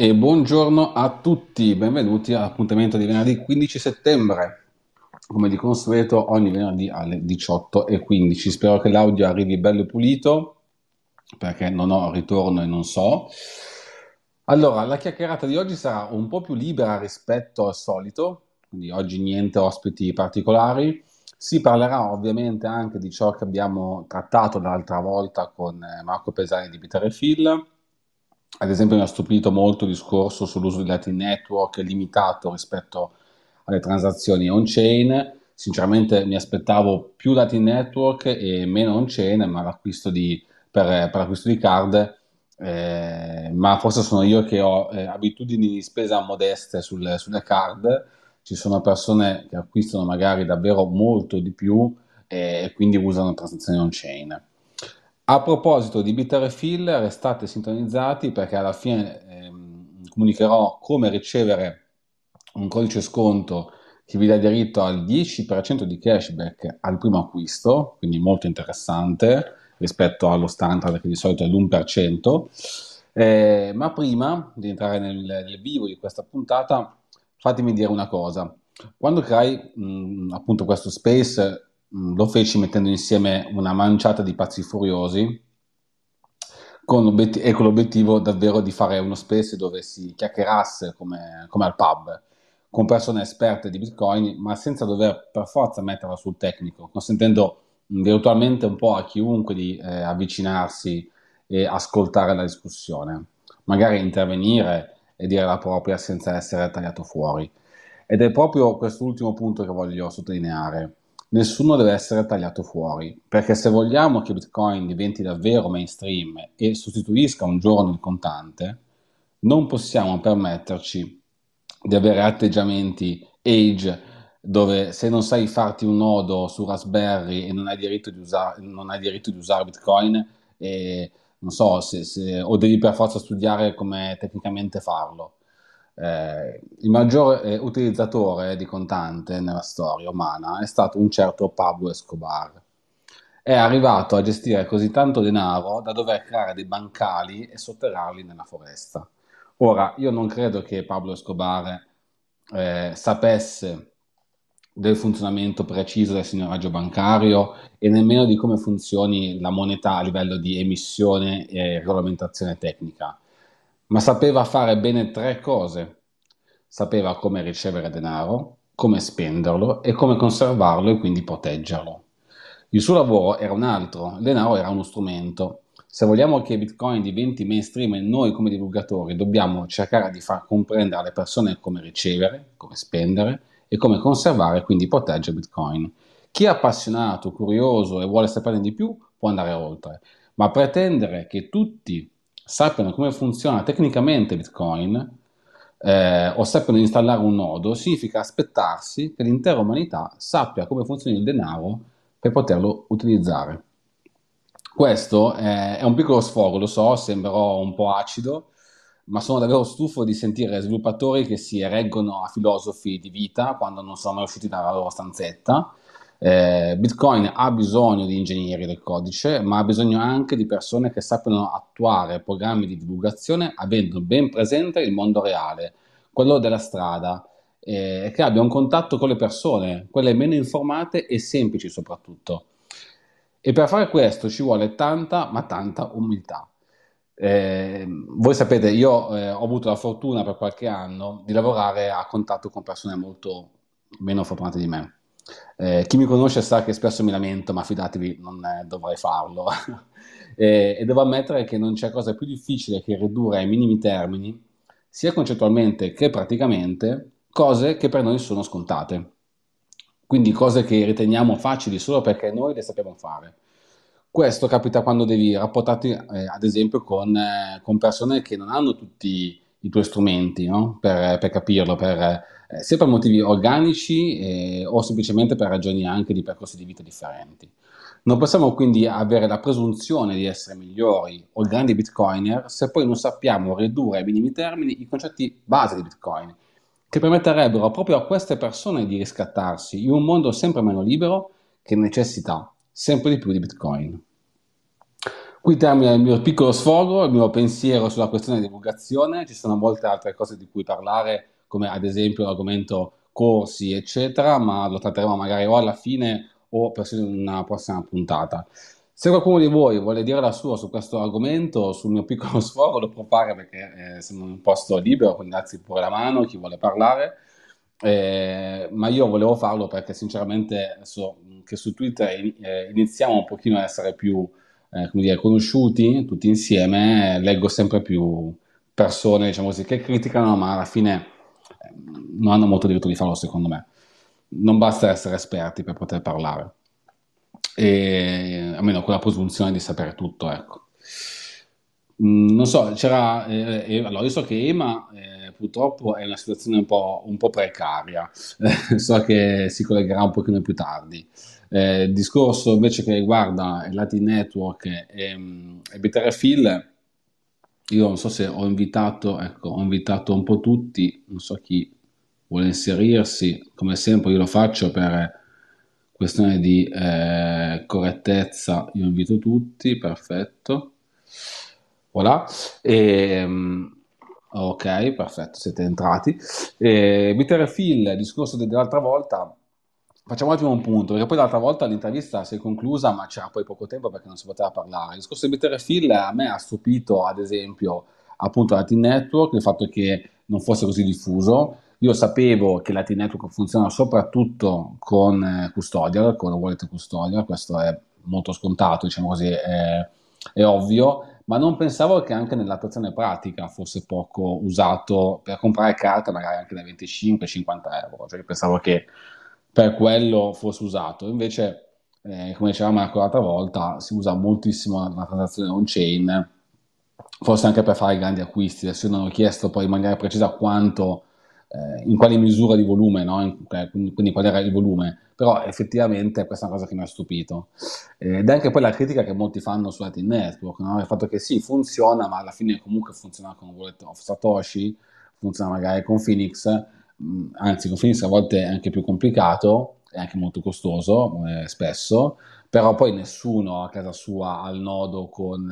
E buongiorno a tutti, benvenuti all'appuntamento di venerdì 15 settembre. Come di consueto, ogni venerdì alle 18:15. Spero che l'audio arrivi bello pulito, perché non ho ritorno e non so. Allora, la chiacchierata di oggi sarà un po' più libera rispetto al solito, quindi oggi niente ospiti particolari. Si parlerà ovviamente anche di ciò che abbiamo trattato l'altra volta con Marco Pesani di Bitter Refill. Ad esempio, mi ha stupito molto il discorso sull'uso di Lightning Network limitato rispetto alle transazioni on-chain. Sinceramente mi aspettavo più Lightning Network e meno on-chain, ma per l'acquisto di card, ma forse sono io che ho abitudini di spesa modeste sulle card. Ci sono persone che acquistano magari davvero molto di più e quindi usano transazioni on-chain. A proposito di Bitter Refill, restate sintonizzati perché alla fine comunicherò come ricevere un codice sconto che vi dà diritto al 10% di cashback al primo acquisto, quindi molto interessante rispetto allo standard che di solito è l'1%. Ma prima di entrare nel vivo di questa puntata, fatemi dire una cosa. Quando creai appunto questo space, lo feci mettendo insieme una manciata di pazzi furiosi con l'obiettivo davvero di fare uno space dove si chiacchierasse come al pub, con persone esperte di Bitcoin, ma senza dover per forza metterla sul tecnico, consentendo virtualmente un po' a chiunque di avvicinarsi e ascoltare la discussione, magari intervenire e dire la propria senza essere tagliato fuori. Ed è proprio quest'ultimo punto che voglio sottolineare. Nessuno deve essere tagliato fuori, perché se vogliamo che Bitcoin diventi davvero mainstream e sostituisca un giorno il contante, non possiamo permetterci di avere atteggiamenti age dove se non sai farti un nodo su Raspberry e non hai diritto di usare Bitcoin, non so, o devi per forza studiare come tecnicamente farlo. Il maggior utilizzatore di contante nella storia umana è stato un certo Pablo Escobar. È arrivato a gestire così tanto denaro da dover creare dei bancali e sotterrarli nella foresta. Ora, io non credo che Pablo Escobar sapesse del funzionamento preciso del signoraggio bancario e nemmeno di come funzioni la moneta a livello di emissione e regolamentazione tecnica, ma sapeva fare bene tre cose. Sapeva come ricevere denaro, come spenderlo e come conservarlo e quindi proteggerlo. Il suo lavoro era un altro, il denaro era uno strumento. Se vogliamo che Bitcoin diventi mainstream e noi come divulgatori dobbiamo cercare di far comprendere alle persone come ricevere, come spendere e come conservare e quindi proteggere Bitcoin. Chi è appassionato, curioso e vuole saperne di più può andare oltre, ma pretendere che tutti sappiano come funziona tecnicamente Bitcoin o sappiano installare un nodo significa aspettarsi che l'intera umanità sappia come funziona il denaro per poterlo utilizzare. Questo è un piccolo sfogo, lo so, sembrerò un po' acido, ma sono davvero stufo di sentire sviluppatori che si ereggono a filosofi di vita quando non sono mai usciti dalla loro stanzetta. Bitcoin ha bisogno di ingegneri del codice, ma ha bisogno anche di persone che sappiano attuare programmi di divulgazione avendo ben presente il mondo reale, quello della strada, e che abbia un contatto con le persone, quelle meno informate e semplici soprattutto. E per fare questo ci vuole tanta, ma tanta umiltà. Voi sapete, io ho avuto la fortuna per qualche anno di lavorare a contatto con persone molto meno fortunate di me. Chi mi conosce sa che spesso mi lamento, ma fidatevi, non dovrei farlo. E devo ammettere che non c'è cosa più difficile che ridurre ai minimi termini, sia concettualmente che praticamente, cose che per noi sono scontate. Quindi cose che riteniamo facili solo perché noi le sappiamo fare. Questo capita quando devi rapportarti, ad esempio, con persone che non hanno tutti i tuoi strumenti, no? Per capirlo, sia per motivi organici o semplicemente per ragioni anche di percorsi di vita differenti. Non possiamo quindi avere la presunzione di essere migliori o grandi bitcoiner se poi non sappiamo ridurre ai minimi termini i concetti base di Bitcoin, che permetterebbero proprio a queste persone di riscattarsi in un mondo sempre meno libero che necessita sempre di più di Bitcoin. Qui termina il mio piccolo sfogo, il mio pensiero sulla questione di divulgazione. Ci sono molte altre cose di cui parlare, come ad esempio l'argomento corsi, eccetera, ma lo tratteremo magari o alla fine o persino in una prossima puntata. Se qualcuno di voi vuole dire la sua su questo argomento, sul mio piccolo sfogo, lo può fare perché siamo in un posto libero, quindi alzi pure la mano chi vuole parlare. Ma io volevo farlo perché sinceramente adesso che su Twitter iniziamo un pochino a essere più come dire, conosciuti tutti insieme, leggo sempre più persone, diciamo così, che criticano, ma alla fine non hanno molto diritto di farlo, secondo me. Non basta essere esperti per poter parlare, almeno con la presunzione di sapere tutto, ecco. Non so, c'era, allora io so che Ema purtroppo è in una situazione un po' precaria, so che si collegherà un pochino più tardi. Il discorso invece che riguarda il Latin Network e Bitterfeld, io non so se ho invitato, ecco, ho invitato un po' tutti, non so chi vuole inserirsi, come sempre io lo faccio per questione di correttezza, io invito tutti, perfetto. Voilà. Ok, perfetto, siete entrati. Bitter Refill, il discorso dell'altra volta, facciamo un attimo un punto, perché poi l'altra volta l'intervista si è conclusa, ma c'era poi poco tempo perché non si poteva parlare. Il discorso di Bitter Refill a me ha stupito, ad esempio, appunto la Team Network, il fatto che non fosse così diffuso. Io sapevo che la Team Network funziona soprattutto con Custodial, con Wallet Custodial, questo è molto scontato, diciamo così, è ovvio, ma non pensavo che anche nell'attuazione pratica fosse poco usato per comprare carte magari anche da 25-50 euro, cioè io pensavo che per quello fosse usato, invece come diceva Marco l'altra volta si usa moltissimo la transazione on-chain, forse anche per fare grandi acquisti, adesso io non ho chiesto poi in maniera precisa quanto, in quale misura di volume, no? Quindi qual era il volume, però effettivamente questa è una cosa che mi ha stupito. Ed è anche poi la critica che molti fanno su Latin Network, no? Il fatto che sì, funziona, ma alla fine comunque funziona con Wallet of Satoshi, funziona magari con Phoenix, anzi con Phoenix a volte è anche più complicato, è anche molto costoso spesso, però poi nessuno a casa sua ha il nodo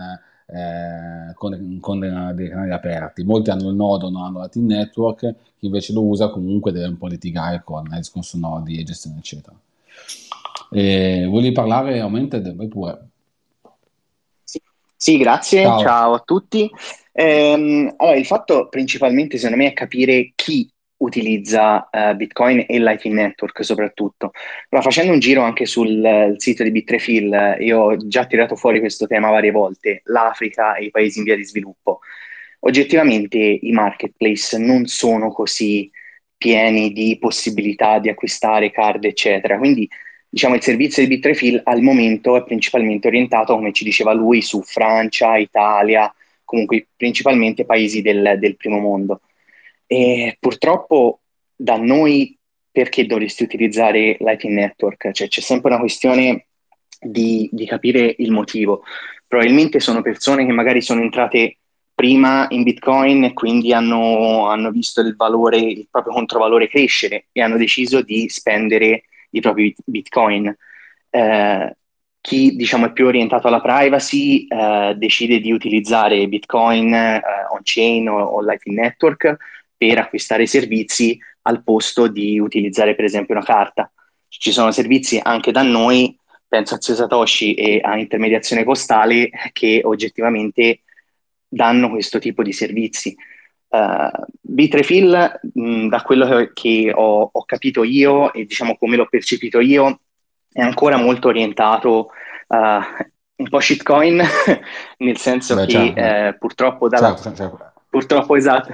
con dei canali aperti. Molti hanno il nodo, non hanno la Team Network, chi invece lo usa comunque deve un po' litigare con il discorso nodi e gestione, eccetera. Volevi parlare, Aumented? Vai pure. Sì, sì, grazie, Ciao. ciao a tutti. Allora, il fatto principalmente, secondo me, è capire chi utilizza Bitcoin e Lightning Network soprattutto. Allora, facendo un giro anche sul sito di Bitrefill, io ho già tirato fuori questo tema varie volte, l'Africa e i paesi in via di sviluppo. Oggettivamente i marketplace non sono così pieni di possibilità di acquistare card, eccetera. Quindi diciamo, il servizio di Bitrefill al momento è principalmente orientato, come ci diceva lui, su Francia, Italia, comunque principalmente paesi del primo mondo. E purtroppo da noi perché dovresti utilizzare Lightning Network? Cioè, c'è sempre una questione di capire il motivo. Probabilmente sono persone che magari sono entrate prima in Bitcoin e quindi hanno visto il valore, il proprio controvalore crescere e hanno deciso di spendere i propri Bitcoin. Eh, Chi diciamo è più orientato alla privacy decide di utilizzare Bitcoin on-chain o Lightning Network per acquistare servizi al posto di utilizzare per esempio una carta. Ci sono servizi anche da noi, penso a Zio Satoshi e a intermediazione postale, che oggettivamente danno questo tipo di servizi. Bitrefill, da quello che ho capito io e diciamo come l'ho percepito io, è ancora molto orientato un po' shitcoin, nel senso Beh, che certo, purtroppo certo. purtroppo esatto.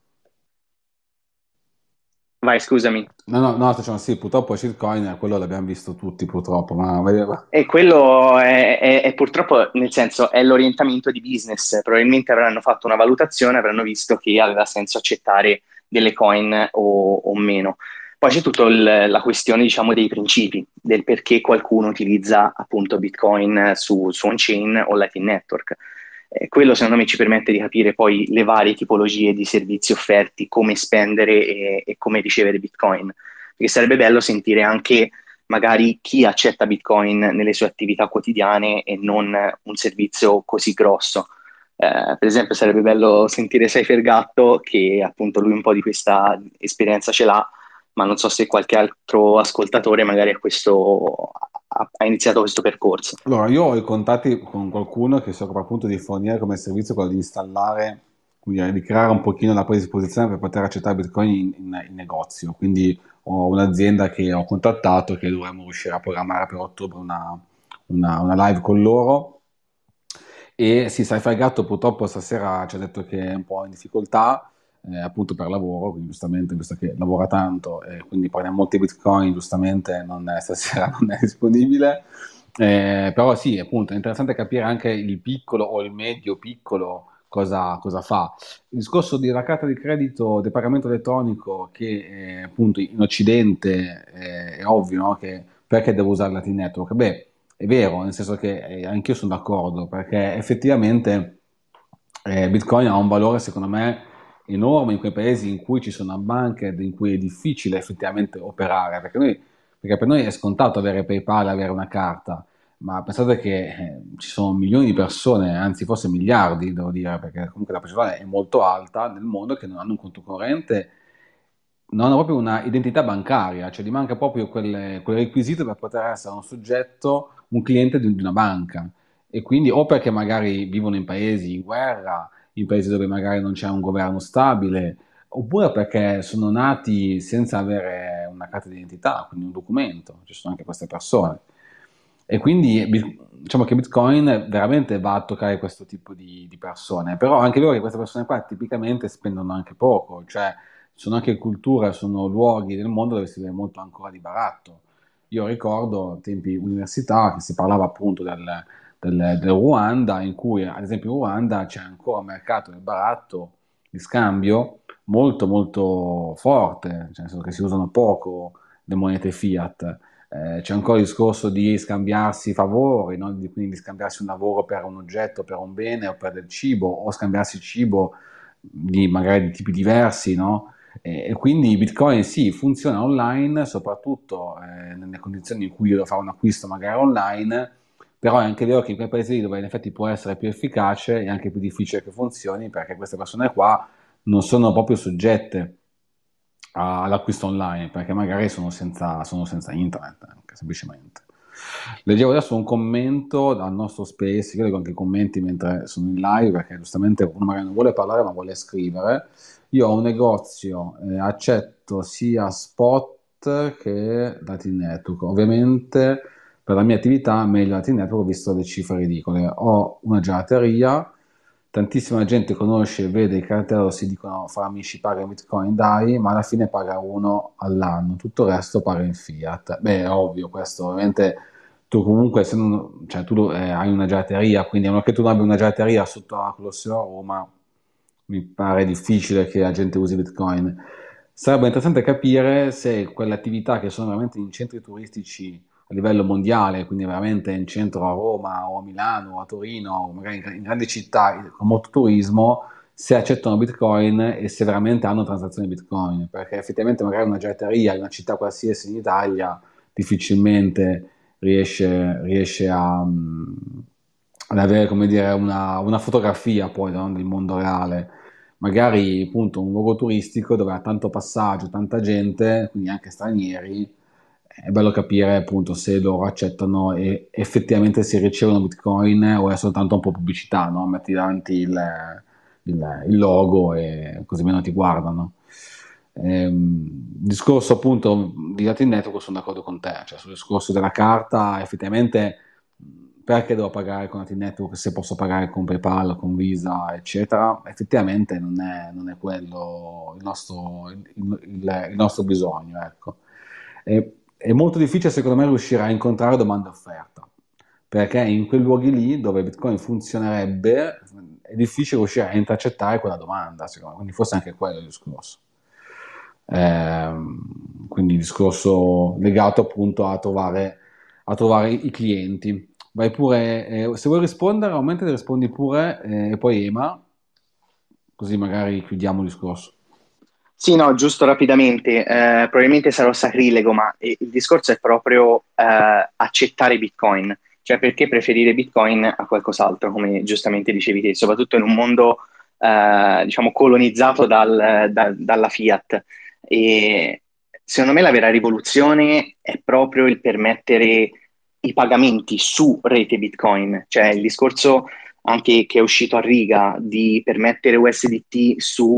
Vai, scusami. No, no, no, diciamo, sì, purtroppo shitcoin, quello l'abbiamo visto tutti, purtroppo, ma E quello è purtroppo, nel senso, è l'orientamento di business. Probabilmente avranno fatto una valutazione, avranno visto che aveva senso accettare delle coin o meno. Poi c'è tutta la questione, diciamo, dei principi, del perché qualcuno utilizza appunto Bitcoin su on-chain o Lightning Network. Quello secondo me ci permette di capire poi le varie tipologie di servizi offerti, come spendere e come ricevere Bitcoin. Perché sarebbe bello sentire anche magari chi accetta Bitcoin nelle sue attività quotidiane e non un servizio così grosso. Per esempio, sarebbe bello sentire Seifer Gatto, che appunto lui un po' di questa esperienza ce l'ha, ma non so se qualche altro ascoltatore magari ha iniziato questo percorso. Allora, io ho i contatti con qualcuno che si occupa appunto di fornire come servizio quello di installare, quindi di creare un pochino la predisposizione per poter accettare Bitcoin in negozio. Quindi ho un'azienda che ho contattato che dovremmo riuscire a programmare per ottobre una live con loro. E sì, Sci-Fi Gatto purtroppo stasera ci ha detto che è un po' in difficoltà, appunto per lavoro, quindi giustamente, visto che lavora tanto e quindi prende molti bitcoin, giustamente stasera non è disponibile. Però sì, appunto, è interessante capire anche il piccolo o il medio piccolo cosa fa. Il discorso della carta di credito, del pagamento elettronico, che appunto in Occidente è ovvio, no? Che perché devo usare la T-Network? Beh, è vero, nel senso che anch'io sono d'accordo, perché effettivamente Bitcoin ha un valore, secondo me, enorme in quei paesi in cui ci sono banche ed in cui è difficile effettivamente operare, perché per noi è scontato avere PayPal, avere una carta, ma pensate che ci sono milioni di persone, anzi forse miliardi, devo dire, perché comunque la percentuale è molto alta nel mondo che non hanno un conto corrente, non hanno proprio una identità bancaria, cioè gli manca proprio quel requisito per poter essere un soggetto, un cliente di una banca. E quindi o perché magari vivono in paesi in guerra, in paesi dove magari non c'è un governo stabile, oppure perché sono nati senza avere una carta d'identità, quindi un documento, ci sono anche queste persone. E quindi diciamo che Bitcoin veramente va a toccare questo tipo di persone, però è anche vero che queste persone qua tipicamente spendono anche poco, cioè sono anche culture, sono luoghi del mondo dove si vede molto ancora di baratto. Io ricordo tempi università che si parlava appunto del Ruanda, in cui ad esempio in Ruanda c'è ancora un mercato del baratto di scambio molto molto forte, cioè nel senso che si usano poco le monete fiat. C'è ancora il discorso di scambiarsi favori, no? Quindi di scambiarsi un lavoro per un oggetto, per un bene o per del cibo, o scambiarsi cibo magari di tipi diversi, no? E quindi i Bitcoin sì, funziona online, soprattutto nelle condizioni in cui io devo fare un acquisto magari online, però è anche vero che in quei paesi dove in effetti può essere più efficace è anche più difficile che funzioni perché queste persone qua non sono proprio soggette all'acquisto online perché magari sono senza internet, anche semplicemente. Leggevo adesso un commento dal nostro space, io leggo anche i commenti mentre sono in live perché giustamente uno magari non vuole parlare ma vuole scrivere. Io ho un negozio, accetto sia spot che dati network. Ovviamente per la mia attività meglio dati network visto le cifre ridicole. Ho una gelateria, tantissima gente conosce, vede i cartello, si dicono fra amici paga in Bitcoin, dai, ma alla fine paga uno all'anno, tutto il resto paga in fiat. Beh, è ovvio questo, ovviamente tu comunque se non, cioè, tu hai una gelateria, quindi a meno che tu non abbia una gelateria sotto la Colosseo a Roma, mi pare difficile che la gente usi Bitcoin. Sarebbe interessante capire se quelle attività che sono veramente in centri turistici a livello mondiale, quindi veramente in centro a Roma o a Milano o a Torino, o magari in grandi città con molto turismo, se accettano Bitcoin e se veramente hanno transazioni Bitcoin, perché effettivamente magari una gelateria in una città qualsiasi in Italia difficilmente riesce ad avere, come dire, una fotografia poi, no, del mondo reale. Magari appunto un luogo turistico dove ha tanto passaggio, tanta gente, quindi anche stranieri, è bello capire appunto se loro accettano e effettivamente si ricevono Bitcoin o è soltanto un po' pubblicità, no? Metti davanti il logo e così meno ti guardano. Discorso appunto di dati network sono d'accordo con te, cioè sul discorso della carta effettivamente perché devo pagare con dati network se posso pagare con PayPal, con Visa, eccetera, effettivamente non è quello il nostro bisogno, ecco. È molto difficile secondo me riuscire a incontrare domanda e offerta, perché in quei luoghi lì dove Bitcoin funzionerebbe è difficile riuscire a intercettare quella domanda, secondo me, quindi forse anche quello è il discorso. Quindi il discorso legato appunto a trovare i clienti. Vai pure, se vuoi rispondere, aumenta e rispondi pure, e poi Ema, così magari chiudiamo il discorso. Sì, no, giusto rapidamente, probabilmente sarò sacrilego, ma il discorso è proprio accettare Bitcoin, cioè perché preferire Bitcoin a qualcos'altro, come giustamente dicevi te, soprattutto in un mondo diciamo colonizzato dalla Fiat. E secondo me la vera rivoluzione è proprio il permettere i pagamenti su rete Bitcoin, cioè il discorso anche che è uscito a riga di permettere USDT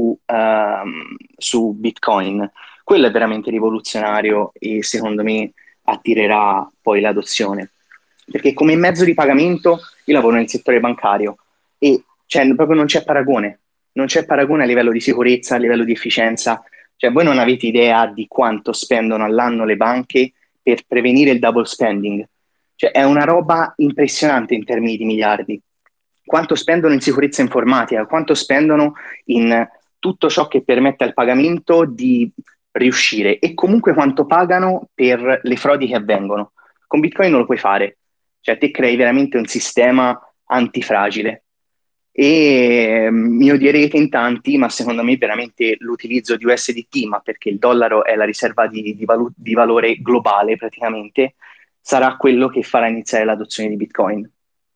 su Bitcoin. Quello è veramente rivoluzionario e secondo me attirerà poi l'adozione. Perché come mezzo di pagamento io lavoro nel settore bancario e cioè, proprio non c'è paragone, non c'è paragone a livello di sicurezza, a livello di efficienza. Cioè, voi non avete idea di quanto spendono all'anno le banche per prevenire il double spending. Cioè, è una roba impressionante in termini di miliardi. Quanto spendono in sicurezza informatica, quanto spendono in tutto ciò che permette al pagamento di riuscire e comunque quanto pagano per le frodi che avvengono. Con Bitcoin non lo puoi fare, cioè te crei veramente un sistema antifragile. E mi odierete in tanti, ma secondo me veramente l'utilizzo di USDT, ma perché il dollaro è la riserva di valore globale praticamente, sarà quello che farà iniziare l'adozione di Bitcoin.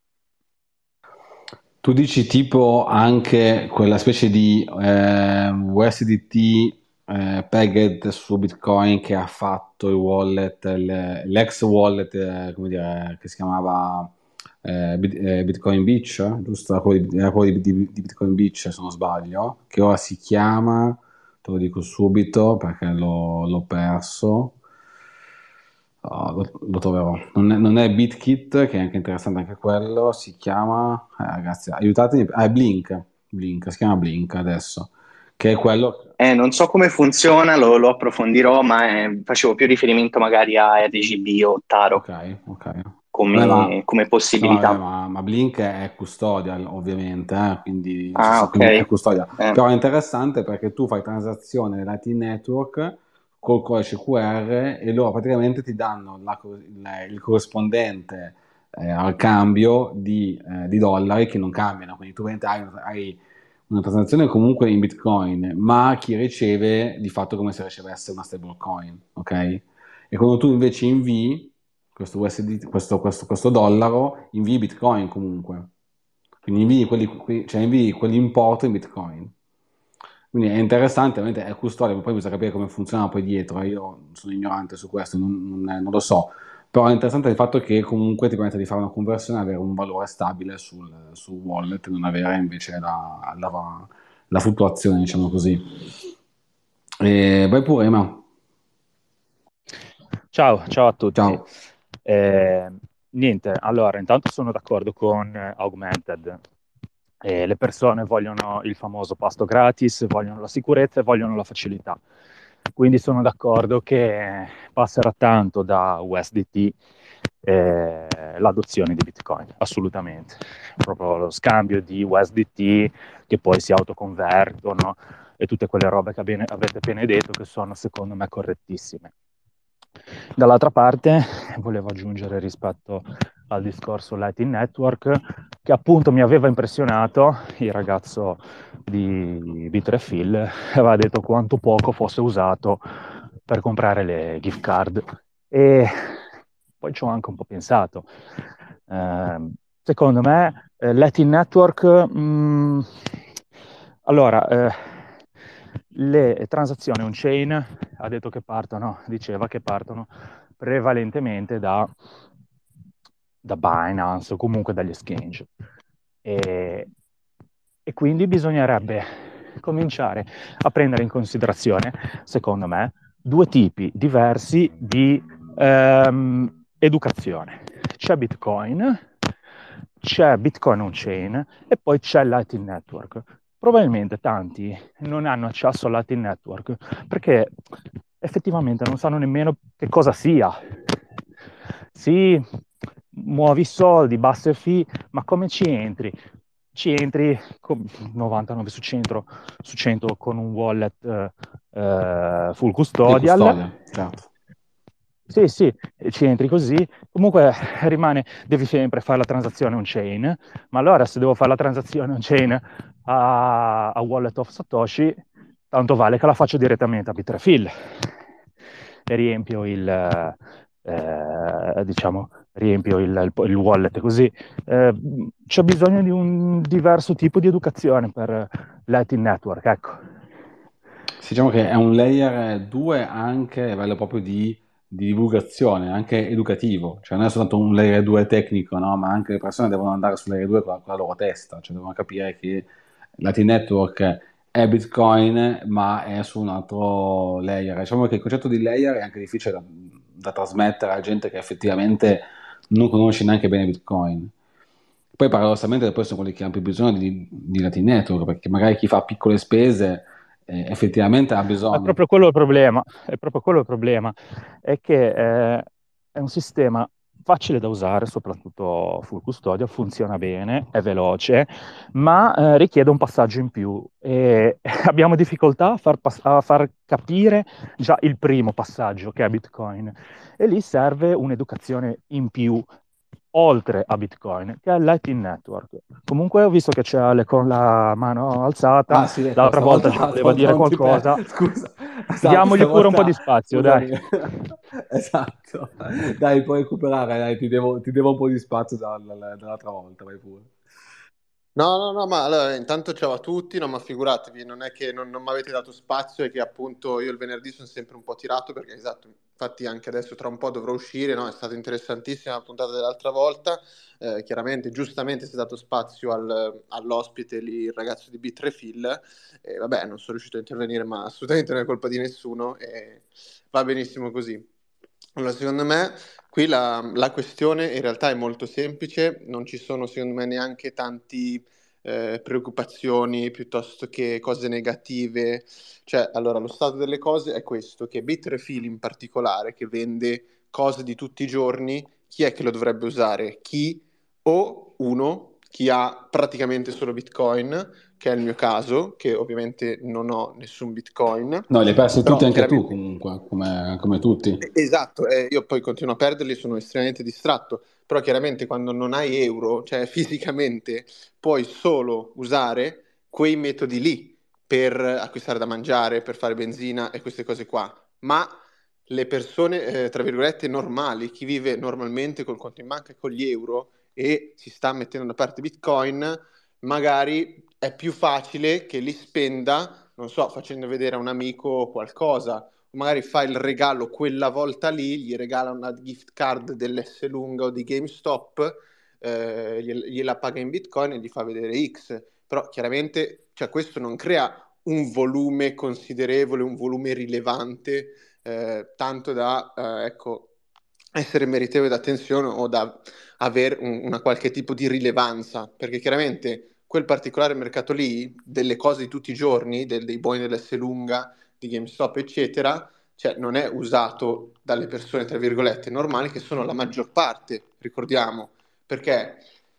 Tu dici tipo anche quella specie di USDT pegged su Bitcoin che ha fatto il wallet, l'ex wallet, come dire, che si chiamava Bitcoin Beach, giusto? Era quello di Bitcoin Beach, se non sbaglio, che ora si chiama, te lo dico subito perché l'ho perso. Lo troverò. Non è BitKit, che è anche interessante anche quello, si chiama, ragazzi, aiutatemi, è Blink, Blink, si chiama Blink adesso, che è quello, Non so come funziona, lo approfondirò, ma facevo più riferimento magari a RGB o Taro ok, ok. Vabbè, come no, vabbè, possibilità. ma Blink è custodial, ovviamente, quindi, Ah, ok. quindi è custodial. Eh, Però è interessante perché tu fai transazione nel Lightning Network col codice QR e loro praticamente ti danno il corrispondente al cambio di dollari che non cambiano. Quindi tu hai una transazione comunque in Bitcoin, ma chi riceve di fatto è come se ricevesse una stablecoin, ok? E quando tu invece invii questo USD, questo dollaro, invii Bitcoin comunque. Quindi invii quell'importo in Bitcoin. Quindi è interessante, ovviamente è custodia, ma poi bisogna capire come funziona poi dietro. Io sono ignorante su questo, non lo so. Però è interessante il fatto che comunque ti permette di fare una conversione e avere un valore stabile sul wallet, non avere invece la fluttuazione, diciamo così. Vai pure, Emma. Ciao, ciao a tutti. Ciao. Eh, Niente, allora, intanto sono d'accordo con Augmented. Le persone vogliono il famoso pasto gratis, vogliono la sicurezza e vogliono la facilità. Quindi sono d'accordo che passerà tanto da USDT l'adozione di Bitcoin, assolutamente. Proprio lo scambio di USDT che poi si autoconvertono e tutte quelle robe che avete appena detto che sono secondo me correttissime. Dall'altra parte volevo aggiungere rispetto al discorso Lightning Network che appunto mi aveva impressionato il ragazzo di Bitrefill aveva detto quanto poco fosse usato per comprare le gift card e poi ci ho anche un po' pensato. Secondo me Lightning Network allora le transazioni on-chain ha detto che diceva che partono prevalentemente da Binance o comunque dagli exchange. E, e quindi bisognerebbe cominciare a prendere in considerazione, secondo me, due tipi diversi di educazione. C'è Bitcoin on-chain e poi c'è Lightning Network. Probabilmente tanti non hanno accesso al Lightning Network perché effettivamente non sanno nemmeno che cosa sia. Sì, muovi soldi, basse fee, ma come ci entri? Ci entri 99 su 100 con un wallet full Di custodial. custodia, certo. Sì, sì, ci entri così. Comunque devi sempre fare la transazione on-chain, ma allora se devo fare la transazione on-chain a Wallet of Satoshi, tanto vale che la faccio direttamente a Bitrefill e riempio il wallet così. C'è bisogno di un diverso tipo di educazione per Lightning Network, ecco. Diciamo che è un layer 2 anche a livello proprio di divulgazione, anche educativo, cioè non è soltanto un layer 2 tecnico, no? Ma anche le persone devono andare sul layer 2 con la loro testa, cioè devono capire che Lightning Network è Bitcoin, ma è su un altro layer. Diciamo che il concetto di layer è anche difficile da trasmettere a gente che effettivamente non conosce neanche bene Bitcoin. Poi paradossalmente poi sono quelli che hanno più bisogno di Lightning Network, perché magari chi fa piccole spese effettivamente ha È bisogno. proprio quello il problema, è proprio quello il problema, è che è un sistema facile da usare, soprattutto full custodia, funziona bene, è veloce, ma richiede un passaggio in più e abbiamo difficoltà a far capire già il primo passaggio che è Bitcoin e lì serve un'educazione in più oltre a Bitcoin, che è il Lightning Network. Comunque ho visto che c'è Ale con la mano alzata, Ah sì, ecco, l'altra volta ci voleva stavolta dire non ti qualcosa. scusa, esatto, Diamogli pure un po' di stavolta spazio, dai. scusami, esatto, dai, puoi recuperare, dai, ti devo un po' di spazio dall'altra volta, vai pure. No, ma allora, intanto ciao a tutti, no, ma figuratevi, non è che non mi avete dato spazio e che appunto io il venerdì sono sempre un po' tirato perché esatto, infatti anche adesso tra un po' dovrò uscire, no? È stata interessantissima la puntata dell'altra volta, chiaramente, giustamente si è dato spazio all'ospite lì, il ragazzo di Bitrefill, e vabbè, non sono riuscito a intervenire, ma assolutamente non è colpa di nessuno e va benissimo così. Allora, secondo me qui la questione in realtà è molto semplice, non ci sono secondo me neanche tanti preoccupazioni piuttosto che cose negative. Cioè, allora, lo stato delle cose è questo, che Bitrefill in particolare, che vende cose di tutti i giorni, chi è che lo dovrebbe usare? Chi o uno, chi ha praticamente solo Bitcoin, che è il mio caso, che ovviamente non ho nessun Bitcoin, No, li hai persi tutti però anche tu chiaramente comunque, come tutti. esatto, io poi continuo a perderli, sono estremamente distratto, però chiaramente quando non hai euro, cioè fisicamente, puoi solo usare quei metodi lì per acquistare da mangiare, per fare benzina e queste cose qua. Ma le persone, tra virgolette, normali, chi vive normalmente col conto in banca e con gli euro e si sta mettendo da parte Bitcoin, magari è più facile che li spenda, non so, facendo vedere a un amico qualcosa magari fa il regalo quella volta lì, gli regala una gift card dell'S lunga o di GameStop, gliela paga in Bitcoin e gli fa vedere X. Però chiaramente, cioè, questo non crea un volume considerevole, un volume rilevante, tanto da, ecco, essere meritevole d'attenzione o da avere una qualche tipo di rilevanza, perché chiaramente quel particolare mercato lì, delle cose di tutti i giorni, dei buoni dell'S lunga, di GameStop, eccetera, cioè non è usato dalle persone, tra virgolette, normali, che sono la maggior parte, ricordiamo, perché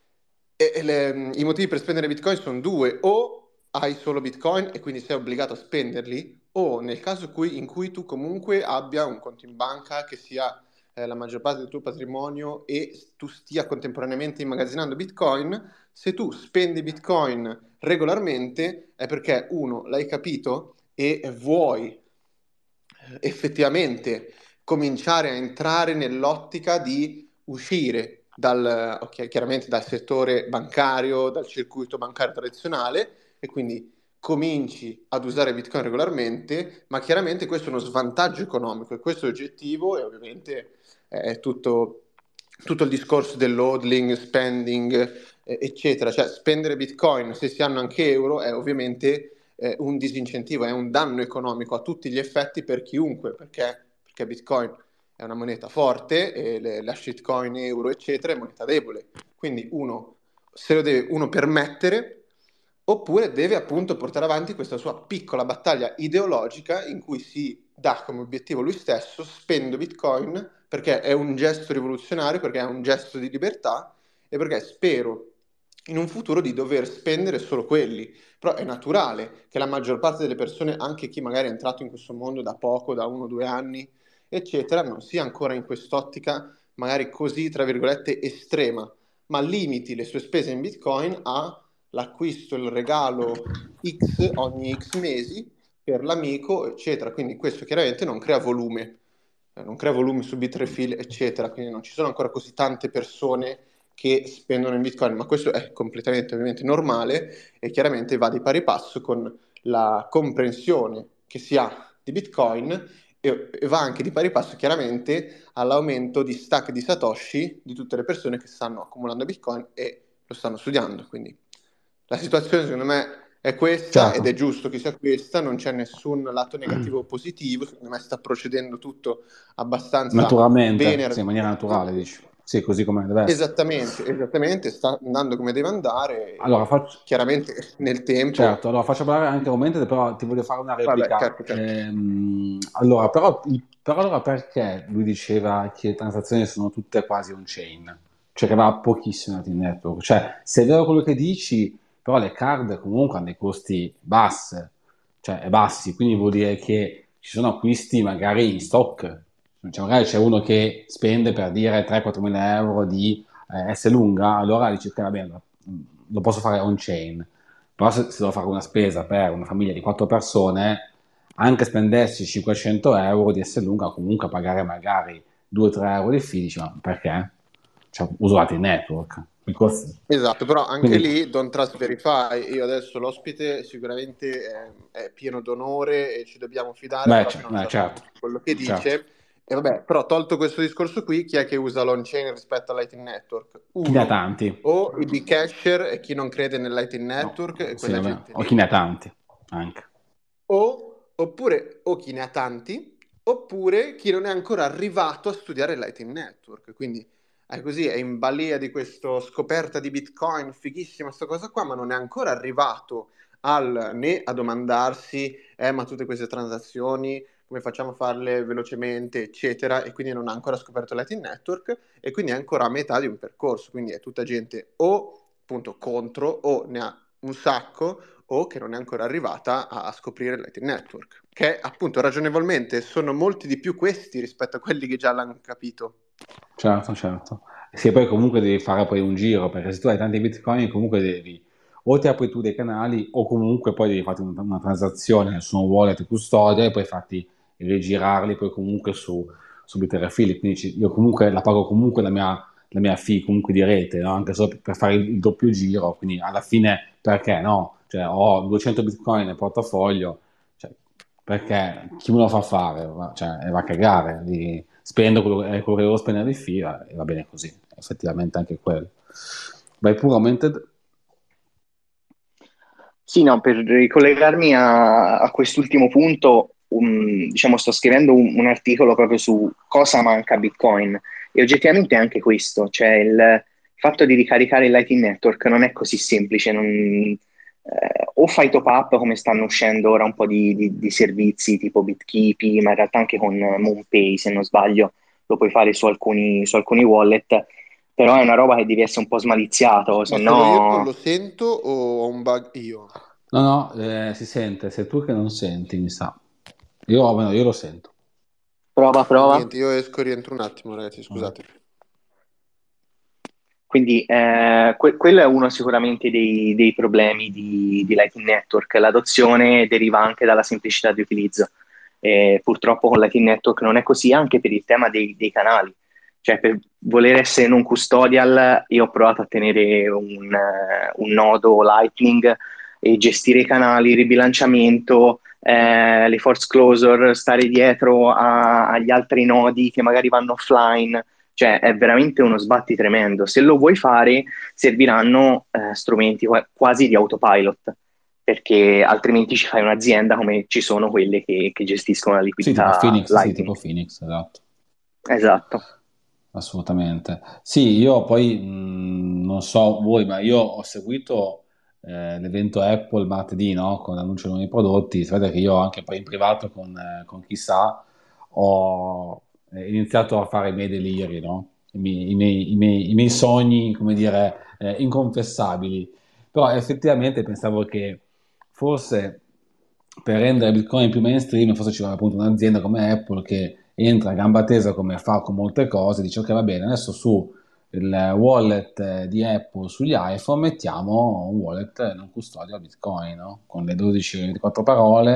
i motivi per spendere Bitcoin sono due: o hai solo Bitcoin e quindi sei obbligato a spenderli, o nel caso in cui tu comunque abbia un conto in banca che sia la maggior parte del tuo patrimonio e tu stia contemporaneamente immagazzinando Bitcoin, se tu spendi Bitcoin regolarmente è perché uno, l'hai capito e vuoi effettivamente cominciare a entrare nell'ottica di uscire chiaramente dal settore bancario, dal circuito bancario tradizionale e quindi cominci ad usare Bitcoin regolarmente, ma chiaramente questo è uno svantaggio economico e questo è oggettivo e ovviamente è tutto il discorso dell'hodling, spending, eccetera. Cioè spendere Bitcoin se si hanno anche euro è ovviamente un disincentivo, è un danno economico a tutti gli effetti per chiunque, perché Bitcoin è una moneta forte e la shitcoin, euro, eccetera, è moneta debole. Quindi uno se lo deve permettere oppure deve appunto portare avanti questa sua piccola battaglia ideologica in cui si dà come obiettivo lui stesso: spendo Bitcoin perché è un gesto rivoluzionario, perché è un gesto di libertà e perché spero in un futuro di dover spendere solo quelli. Però è naturale che la maggior parte delle persone, anche chi magari è entrato in questo mondo da poco, da 1 o 2 anni, eccetera, non sia ancora in quest'ottica magari così, tra virgolette, estrema, ma limiti le sue spese in Bitcoin a l'acquisto, il regalo X ogni X mesi, per l'amico, eccetera. Quindi questo chiaramente non crea volume su Bitrefill, eccetera. Quindi non ci sono ancora così tante persone che spendono in Bitcoin, ma questo è completamente ovviamente normale e chiaramente va di pari passo con la comprensione che si ha di Bitcoin e va anche di pari passo chiaramente all'aumento di stack di Satoshi di tutte le persone che stanno accumulando Bitcoin e lo stanno studiando. Quindi la situazione secondo me è questa ed è Certo, giusto che sia questa, non c'è nessun lato negativo o positivo, secondo me sta procedendo tutto abbastanza bene naturalmente, e sì, in maniera naturale, ragionevolmente. dici. Sì, così come deve essere. Esattamente, sta andando come deve andare Allora, e chiaramente nel tempo, certo, allora faccio parlare anche un momento, però ti voglio fare una vabbè, replica. certo, certo. Allora, però allora perché lui diceva che le transazioni sono tutte quasi on-chain? Cioè che va pochissimo Lightning Network. Cioè, se è vero quello che dici, però le card comunque hanno dei costi bassi, quindi vuol dire che ci sono acquisti magari in stock. Cioè, magari c'è uno che spende per dire 3-4 mila euro di S lunga, allora dici che va bene, lo posso fare on-chain. Però se devo fare una spesa per una famiglia di 4 persone, anche spendessi 500 euro di S lunga, comunque pagare magari 2-3 euro di fee, dici, ma perché? Cioè, uso Lightning Network. Esatto, però anche Quindi, lì don't trust verify. Io adesso l'ospite sicuramente è pieno d'onore e ci dobbiamo fidare, beh, però fino a un certo certo, punto su quello che certo. dice. E vabbè, però tolto questo discorso qui, chi è che usa l'on-chain rispetto al Lightning Network? Chi ne ha Uno, tanti? o i Bcasher e chi non crede nel Lightning No, Network e sì, quella vabbè, gente o chi lì, ne ha tanti, anche. oppure o chi ne ha tanti, oppure chi non è ancora arrivato a studiare il Lightning Network. Quindi è così, è in balia di questa scoperta di Bitcoin, fighissima sta cosa qua, ma non è ancora arrivato né a domandarsi, ma tutte queste transazioni, come facciamo a farle velocemente, eccetera, e quindi non ha ancora scoperto il Lightning Network, e quindi è ancora a metà di un percorso, quindi è tutta gente o appunto contro, o ne ha un sacco, o che non è ancora arrivata a scoprire il Lightning Network, che appunto ragionevolmente sono molti di più questi rispetto a quelli che già l'hanno capito. Certo, certo. Sì, poi comunque devi fare poi un giro, perché se tu hai tanti bitcoin comunque devi, o ti apri tu dei canali, o comunque poi devi fare una transazione su un wallet custodia e poi farti rigirarli poi comunque su Bitrefill. Quindi io comunque la pago comunque la mia fee comunque di rete, no? Anche solo per fare il doppio giro, quindi alla fine perché no? Cioè ho 200 bitcoin nel portafoglio, cioè, perché chi me lo fa fare? Cioè, va a cagare, spendo quello che devo spendere di fila e va bene così, effettivamente anche quello. Vai puramente. Sì, no, per ricollegarmi a quest'ultimo punto, diciamo, sto scrivendo un articolo proprio su cosa manca a Bitcoin e oggettivamente è anche questo, cioè il fatto di ricaricare il Lightning Network non è così semplice, o fai top up come stanno uscendo ora un po' di servizi tipo BitKeepi, ma in realtà anche con MoonPay, se non sbaglio, lo puoi fare su alcuni wallet, però è una roba che devi essere un po' smaliziato, se Ma solo io non no. lo sento o ho un bug io? No, no, si sente, sei tu che non senti, mi sa. Almeno io lo sento. Prova, prova. Niente, io esco e rientro un attimo, ragazzi, Mm. scusate. Quindi quello è uno sicuramente dei problemi di Lightning Network. L'adozione deriva anche dalla semplicità di utilizzo. Purtroppo con Lightning Network non è così anche per il tema dei canali. Cioè, per voler essere non custodial, io ho provato a tenere un nodo Lightning e gestire i canali, il ribilanciamento, le force closure, stare dietro agli altri nodi che magari vanno offline. Cioè, è veramente uno sbatti tremendo. Se lo vuoi fare, serviranno strumenti quasi di autopilot, perché altrimenti ci fai un'azienda come ci sono quelle che gestiscono la liquidità Sì, Lightning. tipo Phoenix, esatto. Esatto. Assolutamente. Sì, io poi non so voi, ma io ho seguito l'evento Apple martedì, no? Con l'annuncio di nuovi prodotti. Sapete che io anche poi in privato con chissà ho iniziato a fare i miei deliri, no? I miei sogni, come dire, inconfessabili. Però effettivamente pensavo che forse per rendere Bitcoin più mainstream, forse ci vuole appunto un'azienda come Apple che entra a gamba tesa come fa con molte cose, dice ok va bene, adesso su il wallet di Apple sugli iPhone mettiamo un wallet non custodio a Bitcoin, no? Con le 12-24 parole,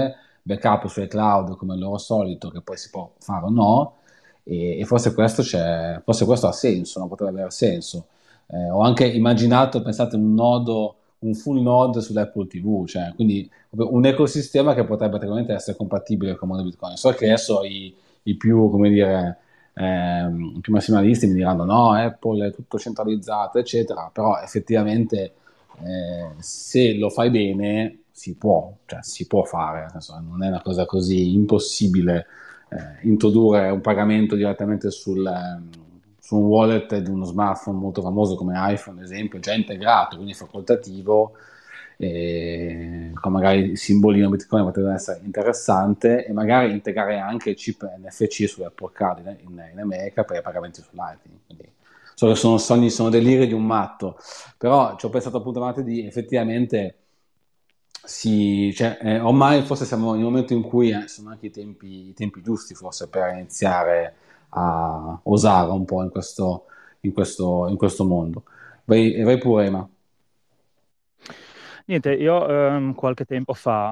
backup sui cloud come il loro solito, che poi si può fare o no, e forse questo ha senso, non potrebbe avere senso. Ho anche immaginato, pensate, un full node sull'Apple TV, cioè, quindi un ecosistema che potrebbe tecnicamente essere compatibile con il mondo Bitcoin. So che adesso i più, come dire, i più massimalisti mi diranno no, Apple è tutto centralizzato, eccetera, però effettivamente se lo fai bene cioè, si può fare, nel senso, non è una cosa così impossibile introdurre un pagamento direttamente su un wallet di uno smartphone molto famoso come iPhone, ad esempio, già integrato, quindi facoltativo, con magari il simbolino Bitcoin potrebbe essere interessante, e magari integrare anche il chip NFC sull'Apple Card in America per i pagamenti su Lightning. Quindi, so che sono sogni, sono deliri di un matto, però ci ho pensato appunto martedì, effettivamente cioè, ormai forse siamo nel momento in cui sono anche i tempi giusti forse per iniziare a osare un po' in questo mondo. Vai pure, Ema. Niente, io qualche tempo fa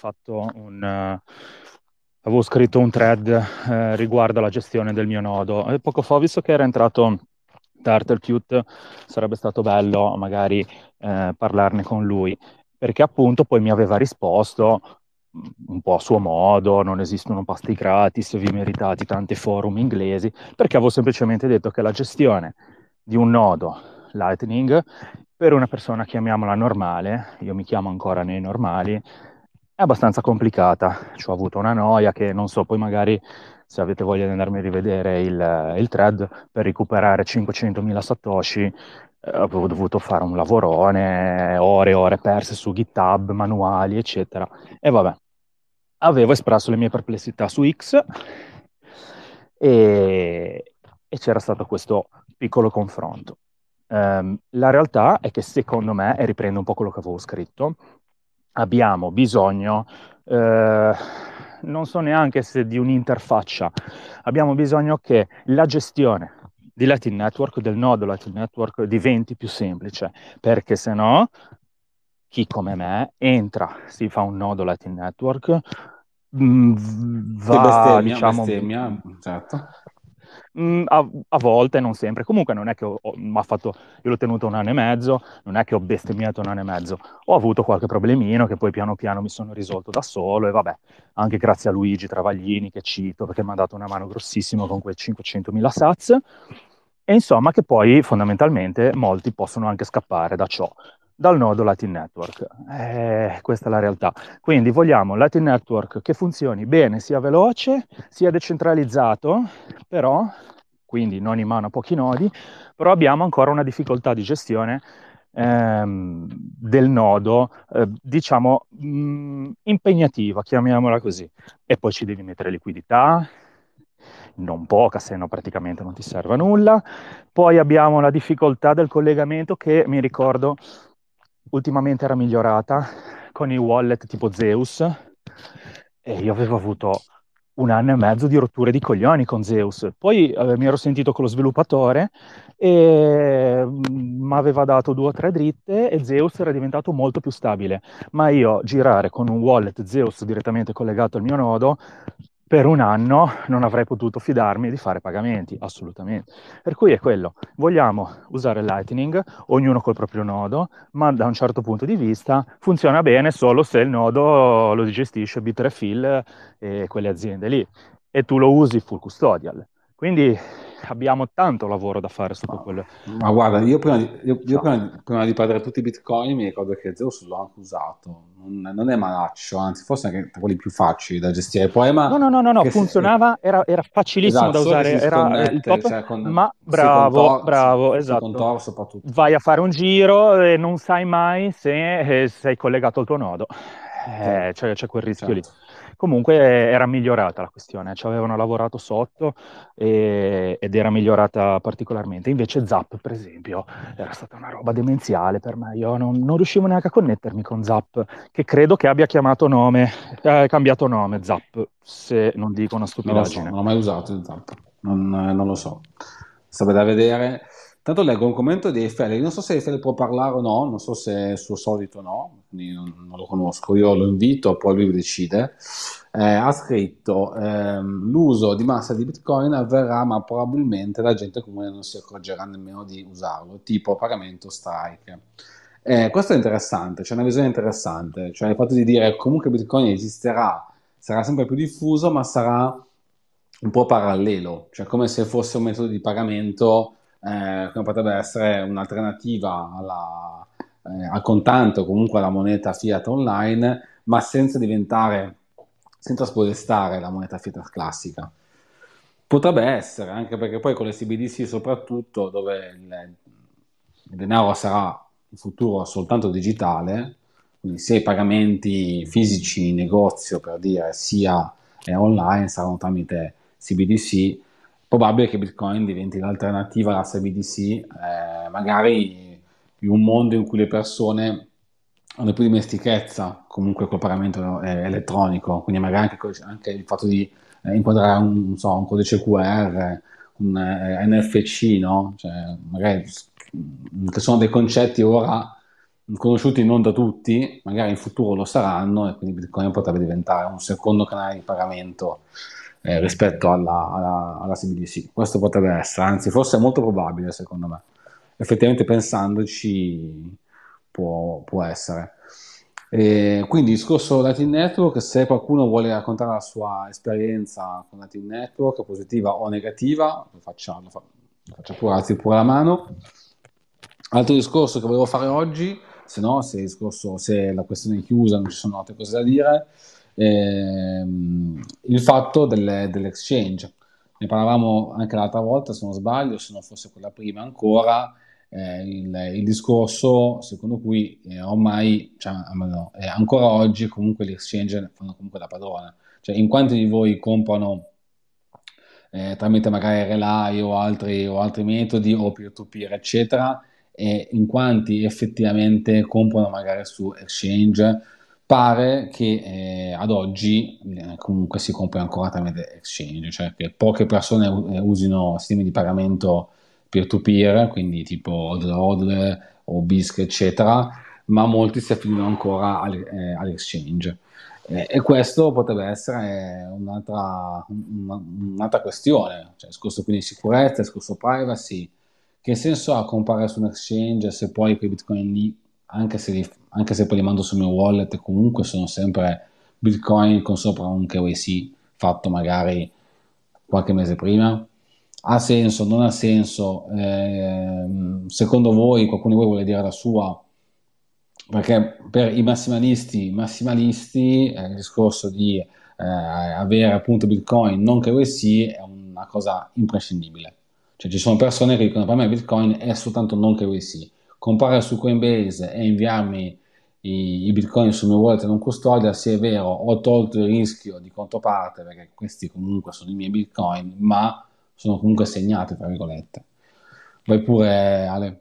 avevo scritto un thread riguardo alla gestione del mio nodo. E poco fa ho visto che era entrato Turtlecute, sarebbe stato bello magari parlarne con lui, perché appunto poi mi aveva risposto un po' a suo modo: non esistono pasti gratis, vi meritate tante forum inglesi, perché avevo semplicemente detto che la gestione di un nodo Lightning per una persona, chiamiamola normale, io mi chiamo ancora nei normali, è abbastanza complicata. Ci ho avuto una noia che non so, poi magari se avete voglia di andarmi a rivedere il thread, per recuperare 500.000 satoshi, avevo dovuto fare un lavorone, ore e ore perse su GitHub, manuali, eccetera. E vabbè, avevo espresso le mie perplessità su X e c'era stato questo piccolo confronto. La realtà è che secondo me, e riprendo un po' quello che avevo scritto, abbiamo bisogno, non so neanche se di un'interfaccia, abbiamo bisogno che la gestione di Lightning Network, del nodo Lightning Network, diventi più semplice, perché se no chi come me entra, si fa un nodo Lightning Network, Sì, va, diciamo, bestemmia, certo. a volte, non sempre. Comunque non è che m'ha fatto, io l'ho tenuto un anno e mezzo, non è che ho bestemmiato un anno e mezzo. Ho avuto qualche problemino che poi piano piano mi sono risolto da solo, e vabbè, anche grazie a Luigi Travaglini, che cito, perché mi ha dato una mano grossissima con quei 500.000 sats. E insomma, che poi fondamentalmente molti possono anche scappare da ciò, dal nodo Lightning Network. Questa è la realtà. Quindi vogliamo un Lightning Network che funzioni bene, sia veloce, sia decentralizzato, però, quindi non in mano a pochi nodi, però abbiamo ancora una difficoltà di gestione del nodo, diciamo, impegnativa, chiamiamola così. E poi ci devi mettere liquidità, non poca, se no praticamente non ti serve a nulla. Poi abbiamo la difficoltà del collegamento, che mi ricordo ultimamente era migliorata con i wallet tipo Zeus, e io avevo avuto un anno e mezzo di rotture di coglioni con Zeus. Poi mi ero sentito con lo sviluppatore e mi aveva dato 2 o 3 dritte e Zeus era diventato molto più stabile. Ma io girare con un wallet Zeus direttamente collegato al mio nodo per un anno non avrei potuto fidarmi di fare pagamenti, assolutamente. Per cui è quello, vogliamo usare Lightning, ognuno col proprio nodo, ma da un certo punto di vista funziona bene solo se il nodo lo gestisce Bitrefill e quelle aziende lì, e tu lo usi full custodial. Quindi abbiamo tanto lavoro da fare sotto quel... Ma guarda, io Diciamo. prima di perdere tutti i bitcoin mi ricordo che Zeus l'ho anche usato, non è malaccio, anzi forse anche tra quelli più facili da gestire. Il No, problema no, no, no, no, che funzionava, era facilissimo esatto, da solo che usare, si era il sconnette, top, cioè ma bravo, bravo, sì, con esatto. Tor soprattutto. Vai a fare un giro e non sai mai se sei collegato al tuo nodo. Sì, C'è quel rischio lì. certo. Comunque era migliorata la questione, ci avevano lavorato sotto ed era migliorata particolarmente. Invece Zap, per esempio, era stata una roba demenziale per me. Io non riuscivo neanche a connettermi con Zap, che credo che abbia cambiato nome, Zap, se non dico una Non lo so, stupidaggine. non l'ho mai usato il Zap, non lo so. Sarebbe da vedere. Tanto leggo un commento di Eiffel, non so se Eiffel può parlare o no, non so se è il suo solito o no, quindi non lo conosco, io lo invito, poi lui decide. Ha scritto, l'uso di massa di Bitcoin avverrà, ma probabilmente la gente comune non si accorgerà nemmeno di usarlo, tipo pagamento Strike. Questo è interessante, c'è una visione interessante, cioè il fatto di dire comunque Bitcoin esisterà, sarà sempre più diffuso, ma sarà un po' parallelo, cioè come se fosse un metodo di pagamento, come potrebbe essere un'alternativa al contante o comunque alla moneta fiat online, ma senza spodestare la moneta fiat classica. Potrebbe essere, anche perché poi con le CBDC soprattutto, dove il denaro sarà in futuro soltanto digitale, quindi sia i pagamenti fisici in negozio, per dire, sia online saranno tramite CBDC, probabile che Bitcoin diventi l'alternativa alla CBDC, magari in un mondo in cui le persone hanno più dimestichezza comunque col pagamento elettronico, quindi magari anche il fatto di inquadrare un codice QR, un NFC, no? Cioè, magari che sono dei concetti ora conosciuti non da tutti, magari in futuro lo saranno e quindi Bitcoin potrebbe diventare un secondo canale di pagamento rispetto alla CBDC. Questo potrebbe essere, anzi forse è molto probabile secondo me. Effettivamente pensandoci può essere. Quindi discorso Latin Network, se qualcuno vuole raccontare la sua esperienza con Latin Network, positiva o negativa, lo faccia pure, alzi pure la mano. Altro discorso che volevo fare oggi, se la questione è chiusa, non ci sono altre cose da dire, il fatto dell'exchange. Ne parlavamo anche l'altra volta, se non sbaglio, se non fosse quella prima ancora, il discorso secondo cui ormai, cioè, almeno, ancora oggi comunque gli exchange fanno comunque da padrona. Cioè, in quanti di voi comprano tramite magari Relay o altri metodi o peer-to-peer, eccetera, e in quanti effettivamente comprano magari su exchange, pare che ad oggi comunque si compri ancora tramite exchange, cioè che poche persone usino sistemi di pagamento peer-to-peer, quindi tipo Hodl o Bisq, eccetera, ma molti si affidano ancora all'exchange. E questo potrebbe essere un'altra questione, cioè discorso quindi sicurezza, discorso privacy, che senso ha comprare su un exchange se poi quei bitcoin lì, anche se poi li mando sul mio wallet, comunque sono sempre bitcoin con sopra un KYC fatto magari qualche mese prima? Ha senso, non ha senso? Secondo voi, qualcuno di voi vuole dire la sua? Perché per i massimalisti il discorso di avere appunto Bitcoin non KYC è una cosa imprescindibile. Cioè ci sono persone che dicono per me Bitcoin è soltanto non KYC. Comprare su Coinbase e inviarmi i Bitcoin sul mio wallet non custodia, se è vero, ho tolto il rischio di controparte perché questi comunque sono i miei Bitcoin, ma sono comunque segnati, tra virgolette. Vai pure, Ale.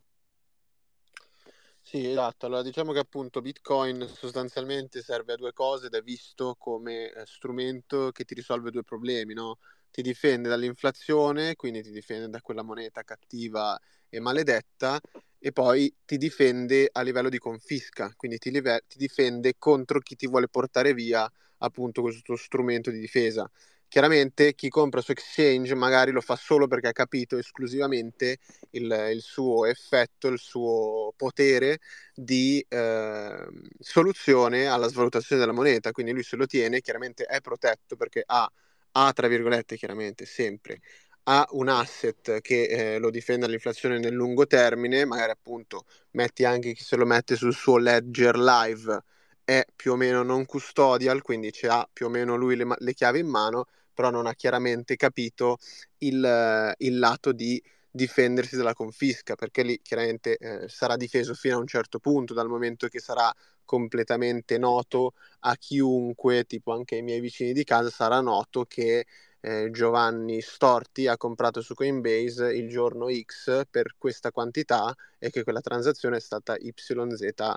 Sì, esatto. Allora, diciamo che appunto Bitcoin sostanzialmente serve a due cose ed è visto come strumento che ti risolve due problemi, no? Ti difende dall'inflazione, quindi ti difende da quella moneta cattiva e maledetta, e poi ti difende a livello di confisca, quindi ti difende contro chi ti vuole portare via appunto questo strumento di difesa. Chiaramente chi compra su exchange magari lo fa solo perché ha capito esclusivamente il suo effetto, il suo potere di soluzione alla svalutazione della moneta, quindi lui se lo tiene chiaramente è protetto perché ha tra virgolette chiaramente sempre ha un asset che lo difende dall'inflazione nel lungo termine, magari appunto metti anche chi se lo mette sul suo ledger live è più o meno non custodial, quindi ha più o meno lui le chiavi in mano, però non ha chiaramente capito il lato di difendersi dalla confisca, perché lì chiaramente sarà difeso fino a un certo punto, dal momento che sarà completamente noto a chiunque, tipo anche ai miei vicini di casa, sarà noto che Giovanni Storti ha comprato su Coinbase il giorno X per questa quantità e che quella transazione è stata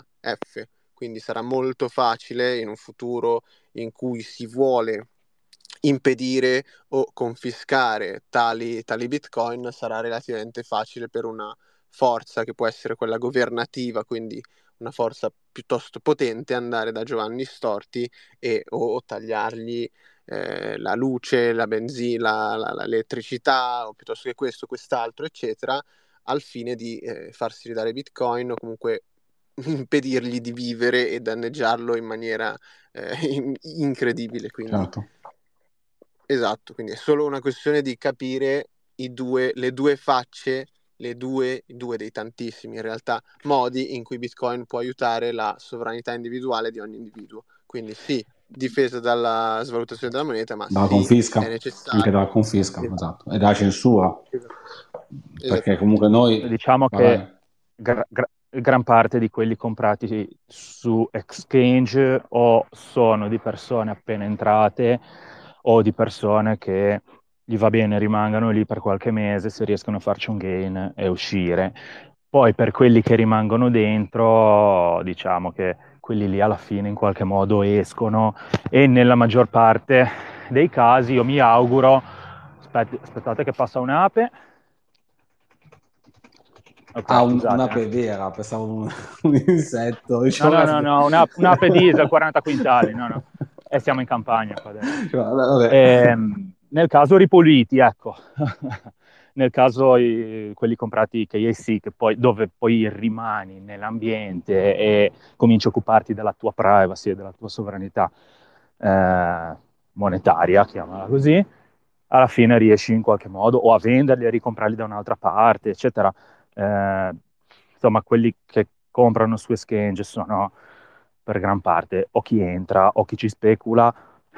YZF. Quindi sarà molto facile in un futuro in cui si vuole impedire o confiscare tali bitcoin sarà relativamente facile per una forza che può essere quella governativa, quindi una forza piuttosto potente, andare da Giovanni Storti o tagliargli la luce, la benzina, l'elettricità, o piuttosto che questo, quest'altro, eccetera, al fine di farsi ridare bitcoin o comunque impedirgli di vivere e danneggiarlo in maniera incredibile. Quindi Certo. esatto, quindi è solo una questione di capire le due facce, i due dei tantissimi in realtà modi in cui Bitcoin può aiutare la sovranità individuale di ogni individuo. Quindi sì, difesa dalla svalutazione della moneta, ma Dalla sì, confisca, è anche necessario. dalla confisca, Esatto, esatto, e dalla censura, perché esattamente. comunque noi, Diciamo che vabbè, gran parte di quelli comprati su exchange o sono di persone appena entrate o di persone che gli va bene, rimangano lì per qualche mese se riescono a farci un gain e uscire. Poi per quelli che rimangono dentro, diciamo che quelli lì alla fine in qualche modo escono e nella maggior parte dei casi io mi auguro, aspettate che passa un'ape. Ok, scusate. un'ape vera, pensavo un insetto, No, no, diciamo, no, no, un'ape diesel 40 quintali, no, no. E siamo in campagna qua adesso. vabbè. Nel caso ripuliti, ecco. Nel caso quelli comprati KIC, che poi, dove poi rimani nell'ambiente e cominci a occuparti della tua privacy e della tua sovranità monetaria, chiamala così, alla fine riesci in qualche modo o a venderli, a ricomprarli da un'altra parte, eccetera. Insomma, quelli che comprano su exchange sono per gran parte o chi entra o chi ci specula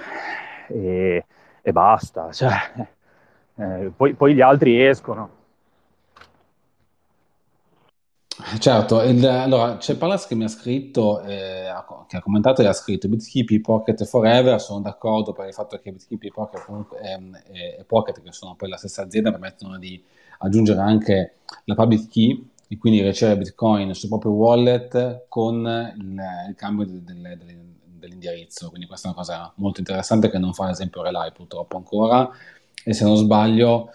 e basta. Cioè, poi gli altri escono. Certo, allora c'è Palaz che mi ha scritto, che ha commentato e ha scritto BitKeepi, Pocket Forever, sono d'accordo per il fatto che BitKeepi Pocket e Pocket, che sono poi la stessa azienda, permettono di aggiungere anche la public key e quindi ricevere Bitcoin sul proprio wallet con il cambio dell'indirizzo, quindi questa è una cosa molto interessante che non fa ad esempio Relay purtroppo ancora, e se non sbaglio...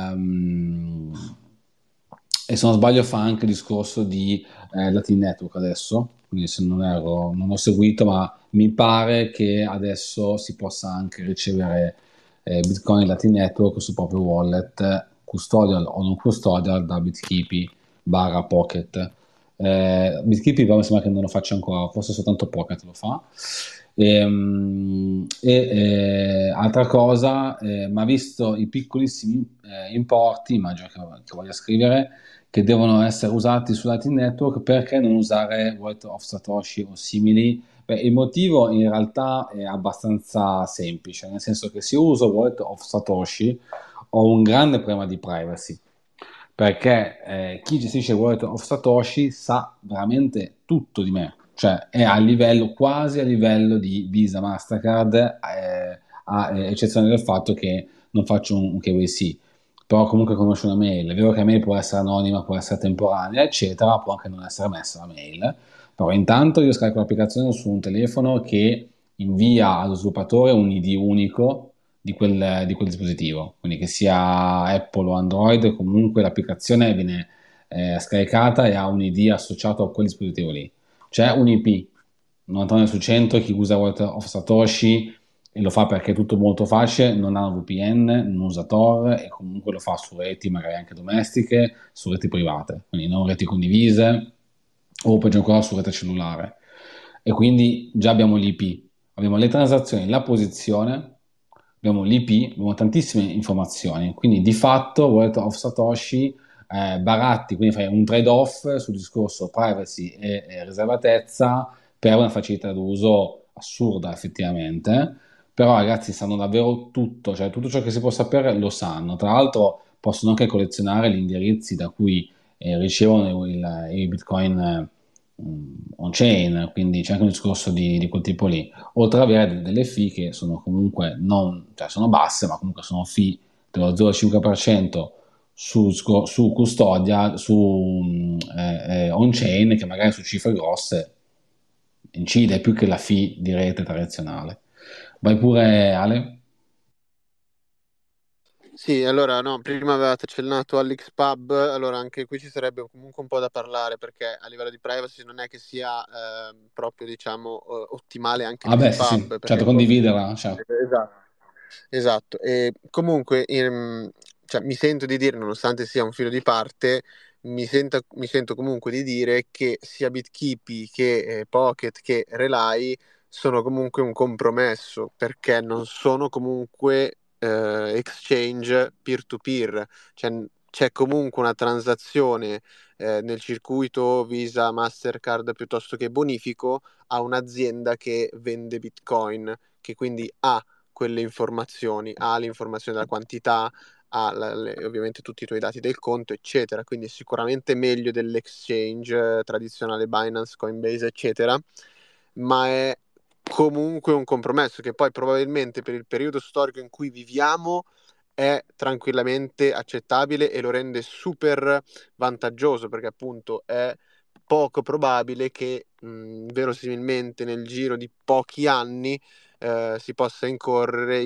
e se non sbaglio fa anche il discorso di Latin Network adesso, quindi se non erro, non ho seguito, ma mi pare che adesso si possa anche ricevere Bitcoin Latin Network sul proprio wallet, custodial o non custodial, da BitKeepi barra Pocket. BitKeepi però mi sembra che non lo faccia ancora, forse soltanto Pocket lo fa. Altra cosa, ma visto i piccolissimi importi, immagino che voglia scrivere, che devono essere usati su Lightning Network, perché non usare Wallet of Satoshi o simili? Beh, il motivo in realtà è abbastanza semplice, nel senso che se io uso Wallet of Satoshi ho un grande problema di privacy, perché chi gestisce Wallet of Satoshi sa veramente tutto di me, cioè è a livello, quasi a livello di Visa, Mastercard, a eccezione del fatto che non faccio un KYC, però comunque conosce una mail. È vero che la mail può essere anonima, può essere temporanea, eccetera, può anche non essere messa la mail, però intanto io scarico l'applicazione su un telefono che invia allo sviluppatore un ID unico di quel dispositivo, quindi che sia Apple o Android, comunque l'applicazione viene scaricata e ha un ID associato a quel dispositivo lì. C'è un IP, 99 su 100 chi usa Wallet of Satoshi e lo fa perché è tutto molto facile, non ha un VPN, non usa Tor e comunque lo fa su reti magari anche domestiche, su reti private, quindi non reti condivise o peggio ancora su rete cellulare. E quindi già abbiamo l'IP, abbiamo le transazioni, la posizione, abbiamo l'IP, abbiamo tantissime informazioni, quindi di fatto Wallet of Satoshi baratti, quindi fai un trade-off sul discorso privacy e riservatezza per una facilità d'uso assurda effettivamente, però ragazzi sanno davvero tutto, cioè tutto ciò che si può sapere lo sanno, tra l'altro possono anche collezionare gli indirizzi da cui ricevono i bitcoin on-chain, quindi c'è anche un discorso di quel tipo lì, oltre ad avere delle fee che sono comunque non, cioè sono basse, ma comunque sono fee dello 0,5% su custodia, su on-chain, che magari su cifre grosse incide più che la fee di rete tradizionale. Vai pure Ale. Sì, allora no, prima avevate accennato all'Xpub, allora anche qui ci sarebbe comunque un po' da parlare perché a livello di privacy non è che sia proprio diciamo ottimale anche Ah beh, sì, l'Xpub sì, certo, perché condividerla, certo. esatto. Esatto, e comunque cioè, mi sento di dire, nonostante sia un filo di parte, mi sento comunque di dire che sia BitKeepy che Pocket che Relay sono comunque un compromesso perché non sono comunque exchange peer-to-peer, cioè c'è comunque una transazione nel circuito Visa, Mastercard piuttosto che bonifico a un'azienda che vende Bitcoin, che quindi ha quelle informazioni, ha l'informazione della quantità, ha ovviamente tutti i tuoi dati del conto, eccetera. Quindi è sicuramente meglio dell'exchange tradizionale Binance, Coinbase, eccetera, ma è comunque un compromesso che poi probabilmente per il periodo storico in cui viviamo è tranquillamente accettabile e lo rende super vantaggioso perché appunto è poco probabile che verosimilmente nel giro di pochi anni si possa incorrere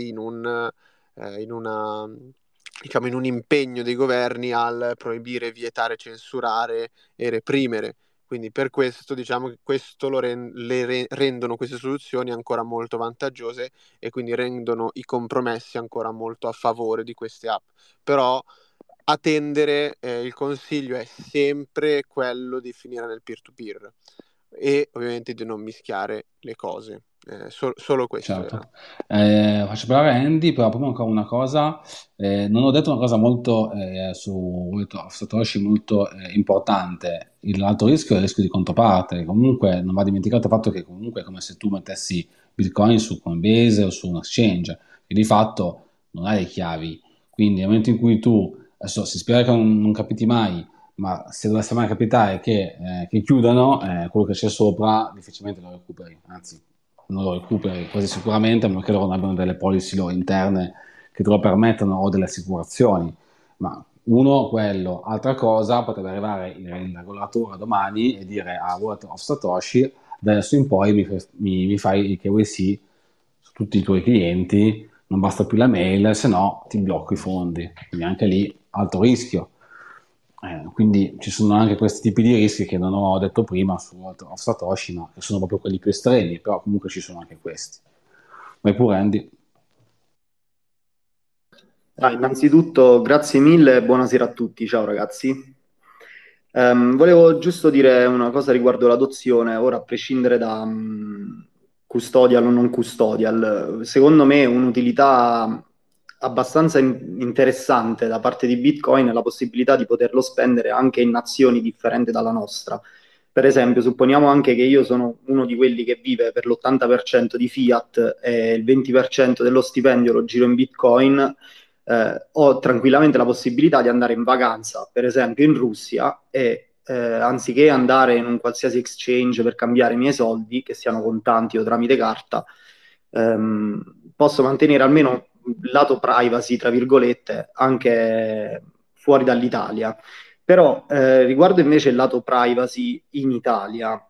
in una, diciamo, in un impegno dei governi al proibire, vietare, censurare e reprimere. Quindi per questo diciamo che questo rendono queste soluzioni ancora molto vantaggiose e quindi rendono i compromessi ancora molto a favore di queste app. Però a tendere il consiglio è sempre quello di finire nel peer-to-peer e ovviamente di non mischiare le cose. Solo questo era. Certo. Faccio parlare Andy, però prima ancora una cosa, non ho detto una cosa molto su Wallet of Satoshi molto importante, l'altro rischio è il rischio di controparte, comunque non va dimenticato il fatto che comunque è come se tu mettessi Bitcoin su Coinbase o su un exchange, e di fatto non hai le chiavi, quindi nel momento in cui tu, adesso si spera che non capiti mai, ma se dovesse mai capitare che chiudano, quello che c'è sopra difficilmente lo recuperi, anzi non lo recuperi quasi sicuramente, a meno che loro non abbiano delle policy loro interne che te lo permettono o delle assicurazioni. Ma uno, quello, altra cosa, potrebbe arrivare il regolatore domani e dire a Wallet of Satoshi, da adesso in poi mi fai il KYC su tutti i tuoi clienti, non basta più la mail, se no ti blocco i fondi. Quindi anche lì alto rischio. Quindi ci sono anche questi tipi di rischi che non ho detto prima su Wallet of Satoshi, ma che sono proprio quelli più estremi, però comunque ci sono anche questi. Vai pure Andy. Innanzitutto grazie mille e buonasera a tutti, ciao ragazzi. Volevo giusto dire una cosa riguardo l'adozione, ora a prescindere da custodial o non custodial, secondo me un'utilità abbastanza interessante da parte di Bitcoin è la possibilità di poterlo spendere anche in nazioni differenti dalla nostra. Per esempio, supponiamo anche che io sono uno di quelli che vive per l'80% di fiat e il 20% dello stipendio lo giro in Bitcoin, ho tranquillamente la possibilità di andare in vacanza, per esempio in Russia, e anziché andare in un qualsiasi exchange per cambiare i miei soldi, che siano contanti o tramite carta, posso mantenere almeno il lato privacy, tra virgolette, anche fuori dall'Italia. Però riguardo invece il lato privacy in Italia,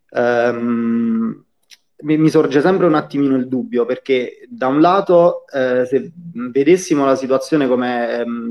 mi sorge sempre un attimino il dubbio, perché da un lato, se vedessimo la situazione come,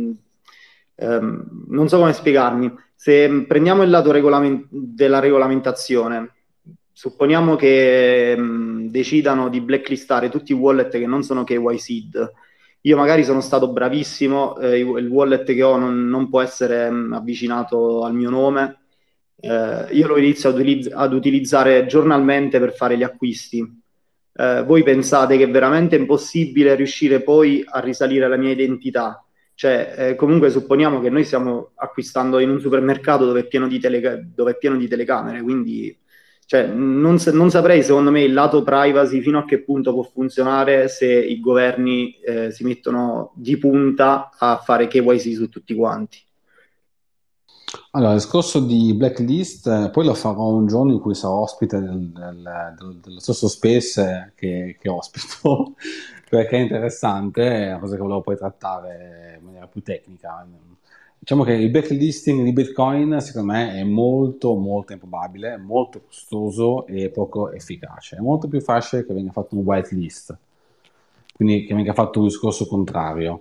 non so come spiegarmi, se prendiamo il lato della regolamentazione, supponiamo che decidano di blacklistare tutti i wallet che non sono KYC'd. Io magari sono stato bravissimo, il wallet che ho non può essere avvicinato al mio nome, io lo inizio ad utilizzare giornalmente per fare gli acquisti. Voi pensate che è veramente impossibile riuscire poi a risalire alla mia identità? Cioè, comunque supponiamo che noi stiamo acquistando in un supermercato dove è pieno di, dove è pieno di telecamere, quindi cioè, non saprei secondo me il lato privacy fino a che punto può funzionare se i governi si mettono di punta a fare KYC su tutti quanti. Allora, il discorso di blacklist, poi lo farò un giorno in cui sarò ospite dello stesso space che ospito, perché è interessante, è una cosa che volevo poi trattare in maniera più tecnica. Diciamo che il backlisting di Bitcoin, secondo me, è molto, molto improbabile, molto costoso e poco efficace. È molto più facile che venga fatto un whitelist, quindi che venga fatto un discorso contrario.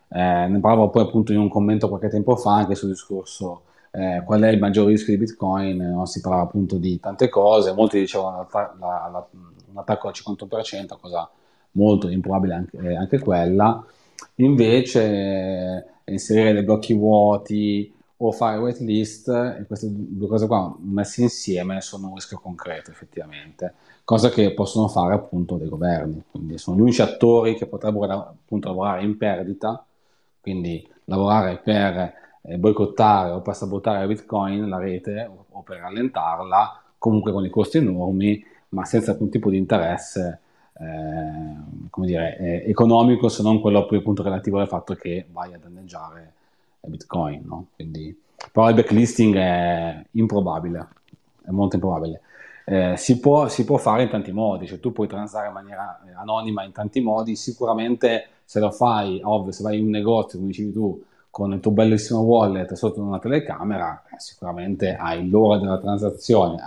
Ne parlavo poi appunto in un commento qualche tempo fa anche sul discorso qual è il maggior rischio di Bitcoin, no? Si parlava appunto di tante cose, molti dicevano un attacco al 50%, cosa molto improbabile anche quella, invece inserire dei blocchi vuoti o fare whitelist, e queste due cose qua messe insieme sono un rischio concreto effettivamente, cosa che possono fare appunto dei governi, quindi sono gli unici attori che potrebbero appunto lavorare in perdita, quindi lavorare per boicottare o per sabotare Bitcoin, la rete, o per rallentarla, comunque con i costi enormi, ma senza alcun tipo di interesse come dire, economico, se non quello poi appunto relativo al fatto che vai a danneggiare Bitcoin, no? Quindi, però il backlisting è improbabile, è molto improbabile. Si può fare in tanti modi, cioè tu puoi transare in maniera anonima in tanti modi, sicuramente se lo fai, ovvio, se vai in un negozio, come dicevi tu, con il tuo bellissimo wallet sotto una telecamera, sicuramente hai l'ora della transazione,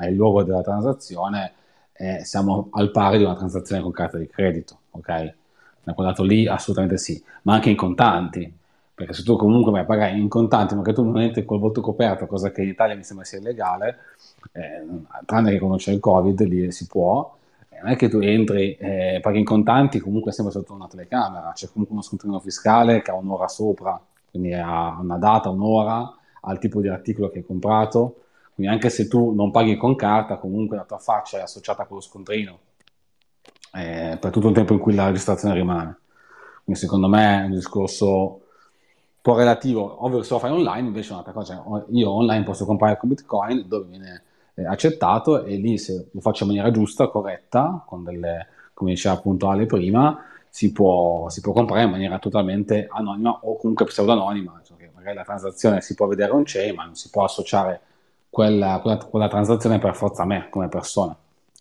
siamo al pari di una transazione con carta di credito, ok? Da quel lato lì assolutamente sì, ma anche in contanti, perché se tu comunque vai a pagare in contanti, ma che tu non entri col volto coperto, cosa che in Italia mi sembra sia illegale, tranne che quando c'è il Covid, lì si può, non è che tu entri, paghi in contanti, comunque sempre sotto una telecamera, c'è comunque uno scontrino fiscale che ha un'ora sopra, quindi ha una data, un'ora, al tipo di articolo che hai comprato, quindi anche se tu non paghi con carta, comunque la tua faccia è associata a quello scontrino per tutto il tempo in cui la registrazione rimane. Quindi secondo me è un discorso un po' relativo, ovvio che se lo fai online invece è un'altra cosa, cioè, io online posso comprare con Bitcoin dove viene accettato e lì se lo faccio in maniera giusta, corretta, con delle, come diceva appunto Ale prima, si può comprare in maniera totalmente anonima o comunque pseudo-anonima, cioè che magari la transazione si può vedere on chain ma non si può associare quella transazione per forza a me come persona.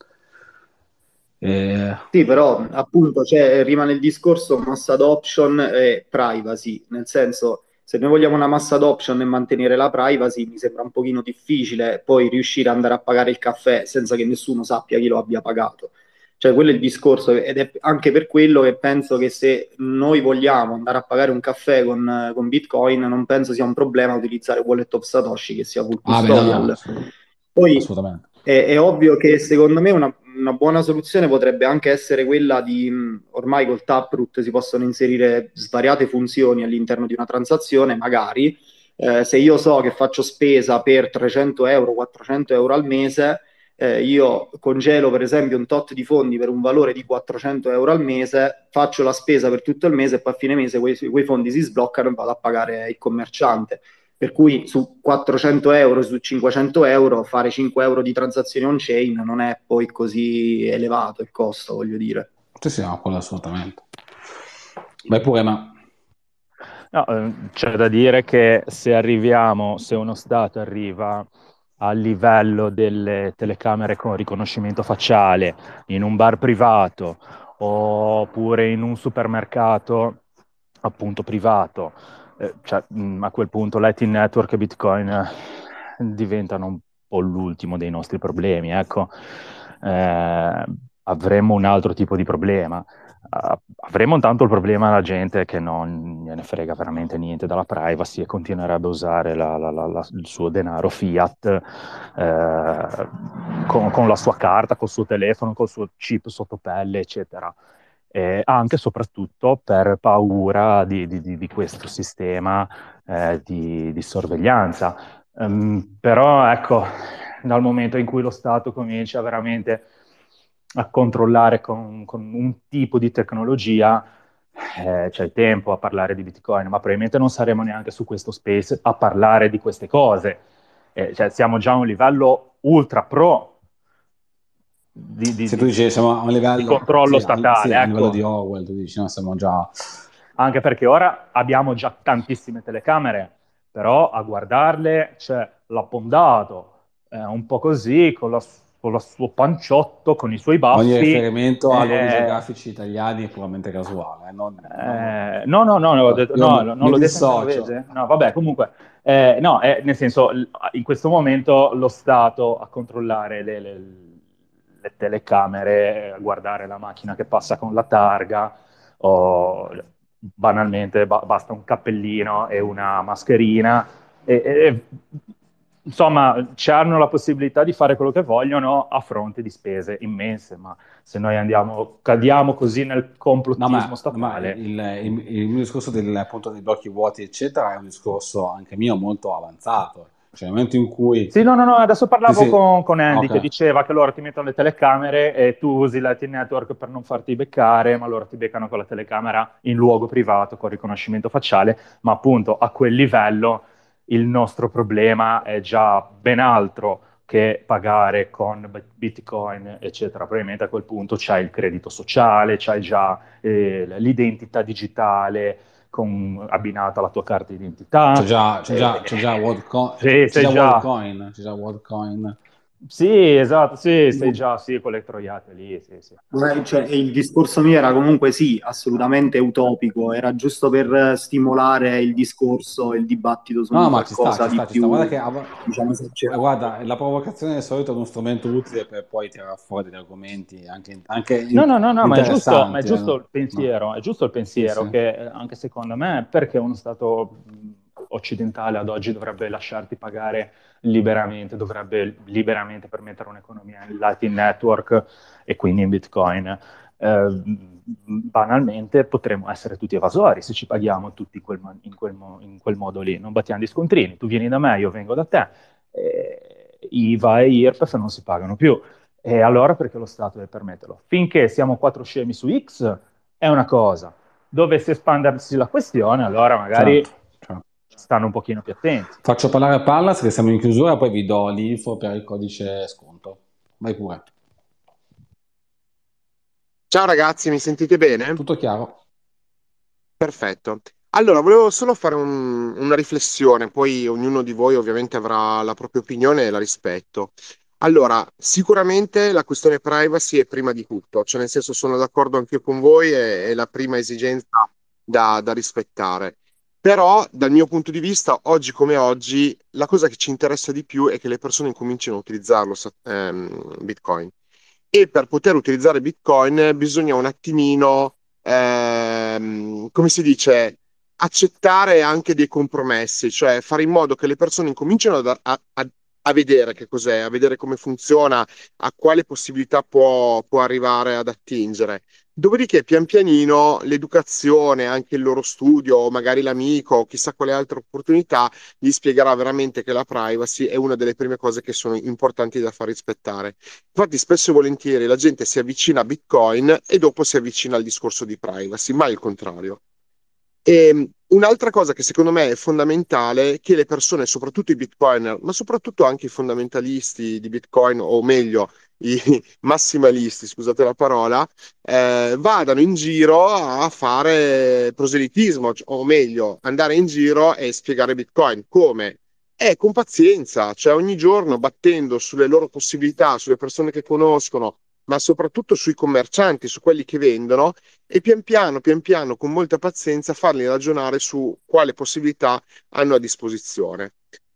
Eh, Sì, però appunto rimane il discorso mass adoption e privacy, nel senso se noi vogliamo una mass adoption e mantenere la privacy mi sembra un pochino difficile poi riuscire ad andare a pagare il caffè senza che nessuno sappia chi lo abbia pagato. Cioè quello è il discorso ed è anche per quello che penso che se noi vogliamo andare a pagare un caffè con Bitcoin non penso sia un problema utilizzare Wallet of Satoshi che sia full beh, no, custodial. Poi assolutamente. è ovvio che secondo me una buona soluzione potrebbe anche essere quella di, ormai col Taproot si possono inserire svariate funzioni all'interno di una transazione, magari se io so che faccio spesa per 300 euro, 400 euro al mese, io congelo per esempio un tot di fondi per un valore di 400 euro al mese, faccio la spesa per tutto il mese e poi a fine mese quei fondi si sbloccano e vado a pagare il commerciante. Per cui su 400 euro, su 500 euro, fare 5 euro di transazioni on-chain non è poi così elevato il costo, voglio dire. Sì, sì, no, quello assolutamente. Vai pure, ma No, c'è da dire che se uno Stato arriva al livello delle telecamere con riconoscimento facciale in un bar privato oppure in un supermercato appunto privato, a quel punto Lightning Network e Bitcoin diventano un po' l'ultimo dei nostri problemi, ecco. Avremmo un altro tipo di problema. Avremo intanto il problema della gente che non gliene frega veramente niente dalla privacy e continuerebbe a usare il suo denaro fiat con la sua carta, col suo telefono, col suo chip sotto pelle, eccetera. Anche e soprattutto per paura di questo sistema di sorveglianza. Però ecco, dal momento in cui lo Stato comincia veramente a controllare con un tipo di tecnologia, c'è il tempo a parlare di Bitcoin, ma probabilmente non saremo neanche su questo space a parlare di queste cose. Cioè, siamo già a un livello ultra pro se tu dici siamo a un di livello, controllo sì, sì, statale, a livello di ecco. Orwell, tu dici, no, siamo già... Anche perché ora abbiamo già tantissime telecamere, però a guardarle c'è l'appondato, un po' così, con il suo panciotto, con i suoi Ogni baffi. riferimento a luoghi geografici italiani è puramente casuale, No, io non mi l'ho detto in dissocio. genovese. No, vabbè, comunque, no, nel senso, in questo momento lo Stato a controllare le telecamere, a guardare la macchina che passa con la targa, o banalmente basta un cappellino e una mascherina insomma, ci hanno la possibilità di fare quello che vogliono a fronte di spese immense, ma se noi cadiamo così nel No, complottismo ma statale. il mio discorso appunto dei blocchi vuoti, eccetera, è un discorso anche mio molto avanzato. Cioè, nel momento in cui... Sì, no, no, no, adesso Sì, parlavo sì, con Andy che ok. diceva che loro ti mettono le telecamere e tu usi l'IT network per non farti beccare, ma loro ti beccano con la telecamera in luogo privato con riconoscimento facciale, ma appunto a quel livello il nostro problema è già ben altro che pagare con Bitcoin, eccetera. Probabilmente a quel punto c'hai il credito sociale, c'hai già l'identità digitale abbinata alla tua carta C'è d'identità. già, c'è già, c'è già Sì, c'è sei già già. WorldCoin, c'è già WorldCoin. Sì, esatto, sì, sei già sì, con le troiate lì, sì, sì. Cioè, il discorso mio era comunque sì, assolutamente utopico, era giusto per stimolare il discorso, il dibattito su No, un ma ci sta, qualcosa ci di sta, ci sta. Guarda più, che diciamo, esagerato. guarda, la provocazione di solito è uno strumento utile per poi tirare fuori degli argomenti anche No, no, no, no, ma è interessanti. giusto il No. pensiero, è giusto il Sì, pensiero sì. che anche secondo me, perché uno Stato occidentale ad oggi dovrebbe lasciarti pagare liberamente, dovrebbe liberamente permettere un'economia in Lightning Network e quindi in Bitcoin. Banalmente potremmo essere tutti evasori se ci paghiamo tutti in quel modo lì, non battiamo gli scontrini, tu vieni da me, io vengo da te, IVA e IRPEF non si pagano più. E allora perché lo Stato deve permetterlo? Finché siamo quattro scemi su X è una cosa. Dovesse espandersi la questione, allora magari Certo, certo. stanno un pochino più attenti. Faccio parlare Pallas che siamo in chiusura, poi vi do l'info per il codice sconto. Vai pure. Ciao ragazzi, mi sentite bene? Tutto chiaro? Perfetto. Allora, volevo solo fare una riflessione, poi ognuno di voi ovviamente avrà la propria opinione e la rispetto. Allora, sicuramente la questione privacy è prima di tutto, cioè nel senso sono d'accordo anche con voi, è la prima esigenza da rispettare. Però, dal mio punto di vista, oggi come oggi, la cosa che ci interessa di più è che le persone incomincino a utilizzarlo, Bitcoin. E per poter utilizzare Bitcoin bisogna un attimino, come si dice, accettare anche dei compromessi, cioè fare in modo che le persone incominciano a vedere che cos'è, a vedere come funziona, a quale possibilità può arrivare ad attingere. Dopodiché, pian pianino, l'educazione, anche il loro studio, o magari l'amico, o chissà quale altra opportunità, gli spiegherà veramente che la privacy è una delle prime cose che sono importanti da far rispettare. Infatti, spesso e volentieri la gente si avvicina a Bitcoin e dopo si avvicina al discorso di privacy, mai il contrario. E un'altra cosa che secondo me è fondamentale è che le persone, soprattutto i Bitcoiner, ma soprattutto anche i fondamentalisti di Bitcoin, o meglio, i massimalisti, scusate la parola, vadano in giro a fare proselitismo, o meglio, andare in giro e spiegare Bitcoin. Come? Con pazienza, cioè ogni giorno battendo sulle loro possibilità, sulle persone che conoscono, ma soprattutto sui commercianti, su quelli che vendono, e pian piano, con molta pazienza, farli ragionare su quale possibilità hanno a disposizione.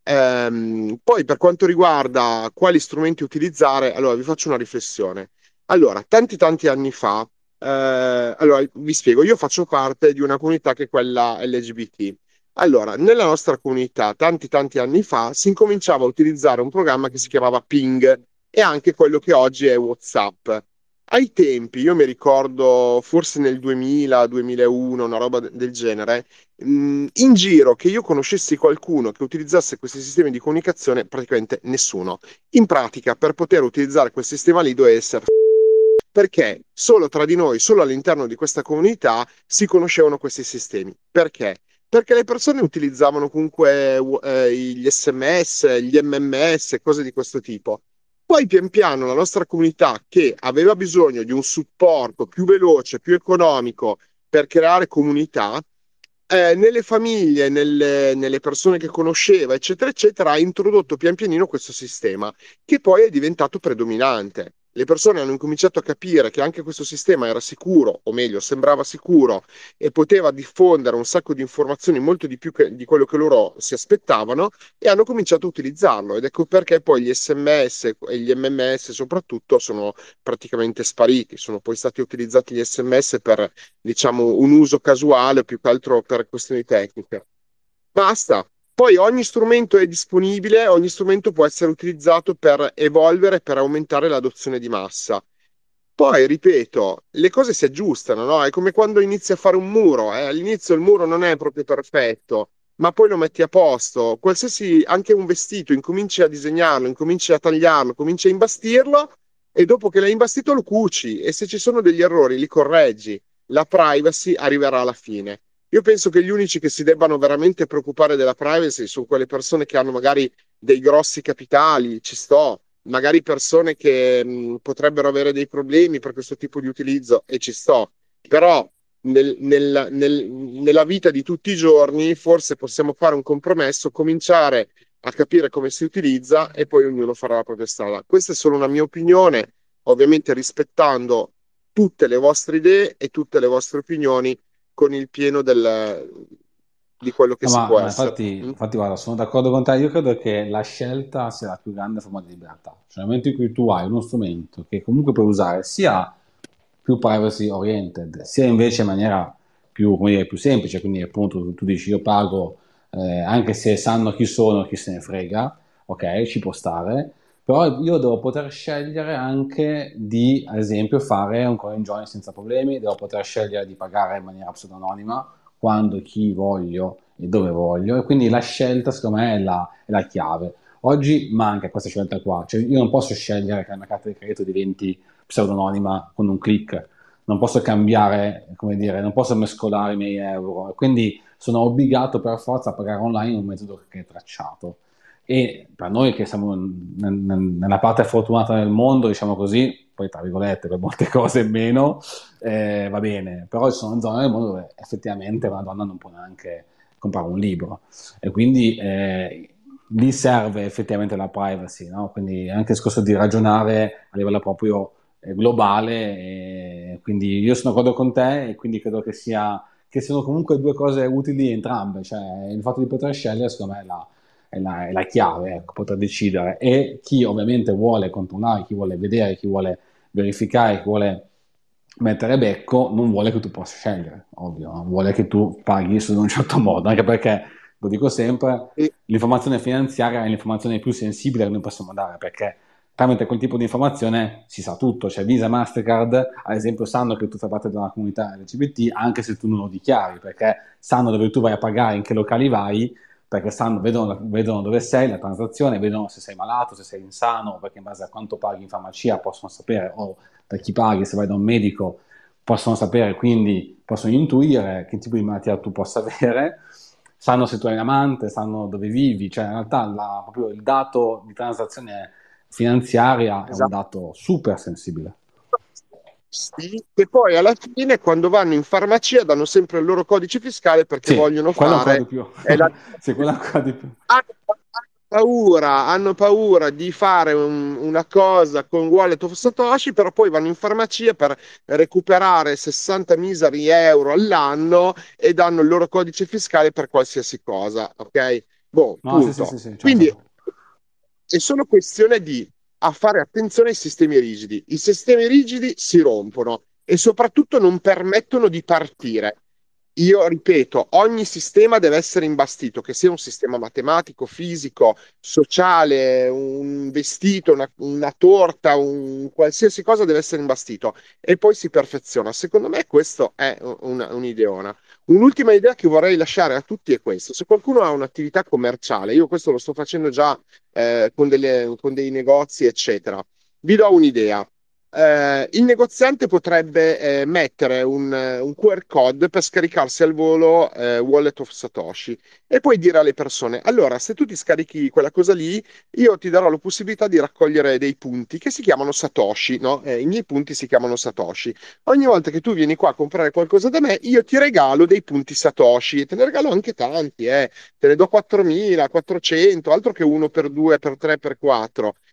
Poi, per quanto riguarda quali strumenti utilizzare, allora vi faccio una riflessione. Allora, tanti anni fa, allora vi spiego, io faccio parte di una comunità che è quella LGBT. Allora, nella nostra comunità, tanti anni fa, si incominciava a utilizzare un programma che si chiamava Ping e anche quello che oggi è WhatsApp. Ai tempi, io mi ricordo forse nel 2000-2001, una roba del genere, in giro che io conoscessi qualcuno che utilizzasse questi sistemi di comunicazione, praticamente nessuno. In pratica, per poter utilizzare quel sistema lì doveva essere perché solo tra di noi, solo all'interno di questa comunità si conoscevano questi sistemi. Perché? Perché le persone utilizzavano comunque gli SMS, gli MMS, cose di questo tipo. Poi pian piano la nostra comunità che aveva bisogno di un supporto più veloce, più economico per creare comunità, nelle famiglie, nelle persone che conosceva, eccetera, eccetera, ha introdotto pian pianino questo sistema che poi è diventato predominante. le persone hanno incominciato a capire che anche questo sistema era sicuro, o meglio, sembrava sicuro e poteva diffondere un sacco di informazioni molto di più di quello che loro si aspettavano, e hanno cominciato a utilizzarlo. Ed ecco perché poi gli SMS e gli MMS soprattutto sono praticamente spariti. Sono poi stati utilizzati gli SMS per, diciamo, un uso casuale, più che altro per questioni tecniche. Basta. Poi ogni strumento è disponibile, ogni strumento può essere utilizzato per evolvere, per aumentare l'adozione di massa. Poi, ripeto, le cose si aggiustano, no? È come quando inizi a fare un muro, eh. All'inizio il muro non è proprio perfetto, ma poi lo metti a posto. Qualsiasi, anche un vestito, incominci a disegnarlo, incominci a tagliarlo, cominci a imbastirlo, e dopo che l'hai imbastito lo cuci, e se ci sono degli errori li correggi. La privacy arriverà alla fine. Io penso che gli unici che si debbano veramente preoccupare della privacy sono quelle persone che hanno magari dei grossi capitali, ci sto, magari persone che potrebbero avere dei problemi per questo tipo di utilizzo, e ci sto. Però nella vita di tutti i giorni forse possiamo fare un compromesso, cominciare a capire come si utilizza, e poi ognuno farà la propria strada. Questa è solo una mia opinione, ovviamente rispettando tutte le vostre idee e tutte le vostre opinioni, con il pieno di quello che No, si può ma essere. infatti, guarda, sono d'accordo con te. Io credo che la scelta sia la più grande forma di libertà. Cioè, nel momento in cui tu hai uno strumento che comunque puoi usare sia più privacy oriented, sia invece in maniera più, come dire, più semplice, quindi appunto tu dici io pago, anche se sanno chi sono, chi se ne frega, ok, ci può stare, però io devo poter scegliere anche di, ad esempio, fare un coin join senza problemi, devo poter scegliere di pagare in maniera pseudonima quando, chi voglio e dove voglio, e quindi la scelta secondo me è la chiave. Oggi manca questa scelta qua, cioè io non posso scegliere che la mia carta di credito diventi pseudonima con un click, non posso cambiare, come dire, non posso mescolare i miei euro, e quindi sono obbligato per forza a pagare online in un metodo che è tracciato. E per noi che siamo nella parte fortunata del mondo, diciamo così, poi tra virgolette per molte cose meno, va bene, però ci sono zone del mondo dove effettivamente una donna non può neanche comprare un libro, e quindi lì serve effettivamente la privacy, no? Quindi anche il discorso di ragionare a livello proprio globale, e quindi io sono d'accordo con te, e quindi credo che siano comunque due cose utili entrambe, cioè il fatto di poter scegliere secondo me è la chiave, ecco, poter decidere, e chi ovviamente vuole controllare, chi vuole vedere, chi vuole verificare, chi vuole mettere becco, non vuole che tu possa scegliere, ovvio, no? Vuole che tu paghi in un certo modo, anche perché, lo dico sempre, E l'informazione finanziaria è l'informazione più sensibile che noi possiamo dare, perché tramite quel tipo di informazione si sa tutto, cioè Visa e Mastercard ad esempio sanno che tu fai parte di una comunità LGBT anche se tu non lo dichiari, perché sanno dove tu vai a pagare, in che locali vai, perché vedono dove sei, la transazione, vedono se sei malato, se sei insano, perché in base a quanto paghi in farmacia possono sapere, o da chi paghi, se vai da un medico possono sapere, quindi possono intuire che tipo di malattia tu possa avere, sanno se tu hai un amante, sanno dove vivi, cioè in realtà proprio il dato di transazione finanziaria è un esatto. dato super sensibile. Sì, che poi alla fine quando vanno in farmacia danno sempre il loro codice fiscale perché Sì, vogliono quello ancora fare di più. la... Sì, quello ancora di più. hanno paura di fare una cosa con wallet of Satoshi, però poi vanno in farmacia per recuperare 60 miseri euro all'anno e danno il loro codice fiscale per qualsiasi cosa, ok? Boh, No, sì, sì, sì, punto. sì, Quindi certo. è solo questione di a fare attenzione ai sistemi rigidi. I sistemi rigidi si rompono e soprattutto non permettono di partire. Io ripeto, ogni sistema deve essere imbastito, che sia un sistema matematico, fisico, sociale, un vestito, una torta, un qualsiasi cosa deve essere imbastito e poi si perfeziona. Secondo me questo è un'ideona. Un'ultima idea che vorrei lasciare a tutti è questo. Se qualcuno ha un'attività commerciale, io questo lo sto facendo già con dei negozi, eccetera. Vi do un'idea. Il negoziante potrebbe mettere un QR code per scaricarsi al volo Wallet of Satoshi e poi dire alle persone: allora, se tu ti scarichi quella cosa lì, io ti darò la possibilità di raccogliere dei punti che si chiamano Satoshi, no? I miei punti si chiamano Satoshi. Ogni volta che tu vieni qua a comprare qualcosa da me, io ti regalo dei punti Satoshi e te ne regalo anche tanti, Te ne do 4.400, altro che uno per due, per tre, per quattro.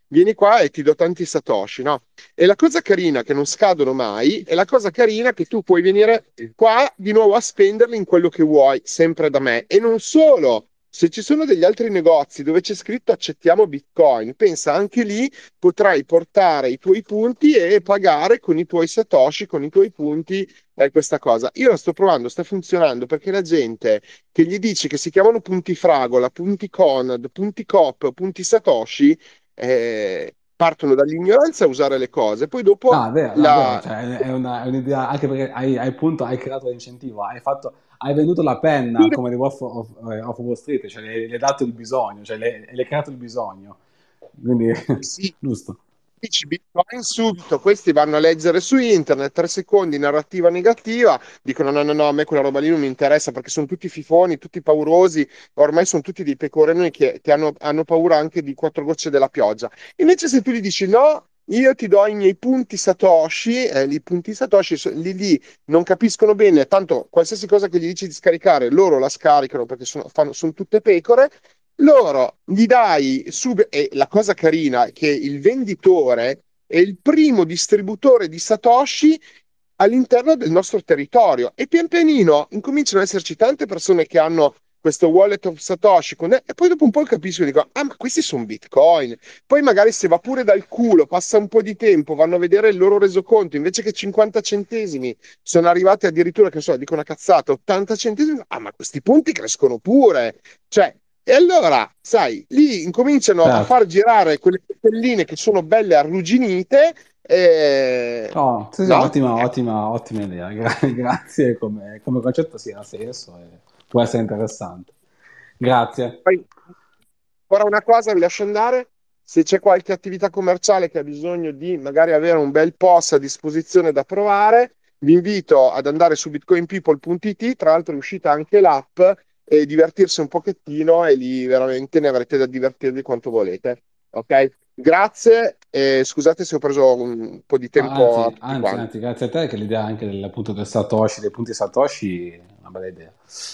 vieni qua e ti do tanti satoshi, no? E la cosa carina che non scadono mai, è la cosa carina che tu puoi venire qua di nuovo a spenderli in quello che vuoi, sempre da me. E non solo, se ci sono degli altri negozi dove c'è scritto accettiamo Bitcoin, pensa anche lì potrai portare i tuoi punti e pagare con i tuoi satoshi, con i tuoi punti, questa cosa. Io la sto provando, sta funzionando perché la gente che gli dice che si chiamano punti fragola, punti Conad, punti Cop, punti Satoshi, partono dall'ignoranza a usare le cose, poi dopo No, è vero, no, è vero, la... cioè, è un'idea, anche perché appunto, hai creato l'incentivo, hai venduto la penna come The Wolf of Wall Street, cioè le hai dato il bisogno, cioè le hai creato il bisogno, quindi Sì, giusto. dici Bitcoin subito, questi vanno a leggere su internet, 3 secondi, narrativa negativa, dicono no, no, no, a me quella roba lì non mi interessa perché sono tutti fifoni, tutti paurosi, ormai sono tutti dei pecoroni che hanno paura anche di 4 gocce della pioggia. Invece se tu gli dici no, io ti do i miei punti Satoshi, i punti Satoshi lì non capiscono bene, tanto qualsiasi cosa che gli dici di scaricare, loro la scaricano perché sono tutte pecore, loro gli dai subito, e la cosa carina è che il venditore è il primo distributore di Satoshi all'interno del nostro territorio e pian pianino incominciano ad esserci tante persone che hanno questo wallet of Satoshi e poi dopo un po' capiscono e dicono, ah ma questi sono Bitcoin. Poi magari se va pure dal culo, passa un po' di tempo, vanno a vedere il loro resoconto, invece che 50 centesimi sono arrivati addirittura, che so, dico una cazzata, 80 centesimi, ah ma questi punti crescono pure. Cioè, e allora, sai, lì incominciano a Certo. far girare quelle stelline che sono belle arrugginite, Oh, sì, sì, no? ottima idea, grazie, come concetto sì, ha senso e può essere interessante. Grazie. Poi, ora una cosa, vi lascio andare. Se c'è qualche attività commerciale che ha bisogno di magari avere un bel POS a disposizione da provare, vi invito ad andare su bitcoinpeople.it, tra l'altro è uscita anche l'app, e divertirsi un pochettino e lì veramente ne avrete da divertirvi quanto volete. Ok? Grazie e scusate se ho preso un po' di No, tempo a anzi, tutti anzi, quanti. anzi, grazie a te che l'idea anche appunto del Satoshi, dei punti Satoshi, è una bella idea.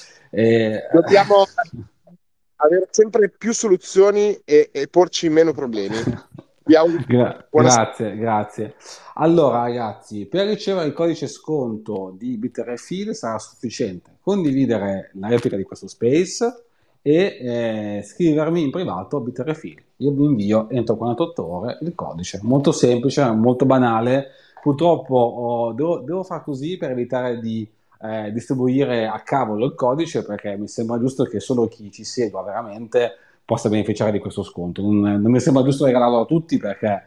E- Dobbiamo avere sempre più soluzioni e porci meno problemi. Vi auguro buona Grazie, grazie. Allora, ragazzi, per ricevere il codice sconto di Bitrefill sarà sufficiente condividere la replica di questo space e scrivermi in privato a Bitrefill. Io vi invio entro 48 ore il codice. Molto semplice, molto banale. Purtroppo devo far così per evitare di distribuire a cavolo il codice perché mi sembra giusto che solo chi ci segua veramente possa beneficiare di questo sconto. Non mi sembra giusto regalarlo a tutti perché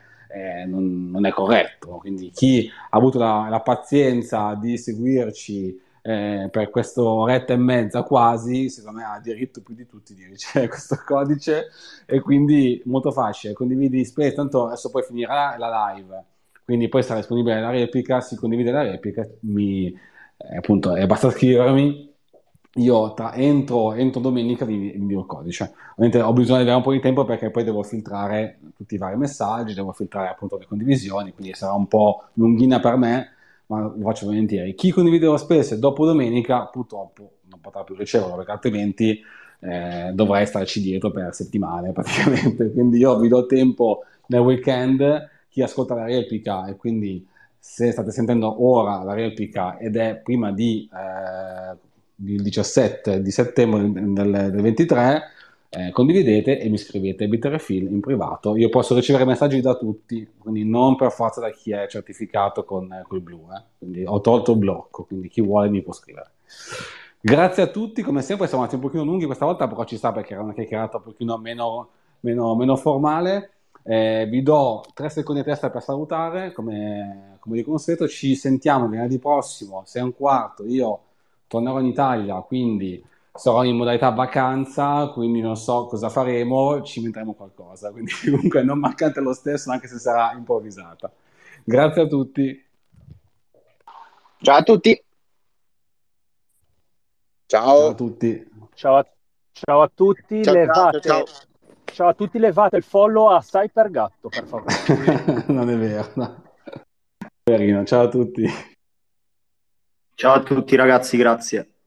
non è corretto. Quindi chi ha avuto la pazienza di seguirci per questa oretta e mezza quasi, secondo me ha diritto più di tutti di ricevere questo codice e quindi molto facile, condividi space, tanto adesso poi finirà la live, quindi poi sarà disponibile la replica, si condivide la replica, appunto basta scrivermi, io entro domenica vi invio il codice. Ovviamente ho bisogno di avere un po' di tempo perché poi devo filtrare tutti i vari messaggi, devo filtrare appunto le condivisioni, quindi sarà un po' lunghina per me, ma lo faccio volentieri. Chi condivide lo space dopo domenica purtroppo non potrà più riceverlo perché altrimenti dovrei starci dietro per settimane praticamente. Quindi io vi do tempo nel weekend, chi ascolta la replica e quindi se state sentendo ora la replica ed è prima del 17 di settembre del 23, condividete e mi scrivete Bitrefill in privato. Io posso ricevere messaggi da tutti, quindi non per forza da chi è certificato col blu. Quindi ho tolto il blocco, quindi chi vuole mi può scrivere. Grazie a tutti, come sempre siamo andati un pochino lunghi questa volta, però ci sta perché era una chiacchierata un pochino meno formale. Vi do 3 secondi a testa per salutare, come di consueto. Ci sentiamo venerdì prossimo, 6:15. Io tornerò in Italia, quindi sarò in modalità vacanza, quindi non so cosa faremo, ci inventeremo qualcosa. Quindi comunque non mancate lo stesso, anche se sarà improvvisata. Grazie a tutti. Ciao a tutti. Ciao a Ciao, tutti. Ciao a tutti, ciao, ciao, ciao. ciao a tutti, levate il follow a Cypergatto, per favore. Non è vero, no. Verino, ciao a tutti. Ciao a tutti ragazzi, grazie.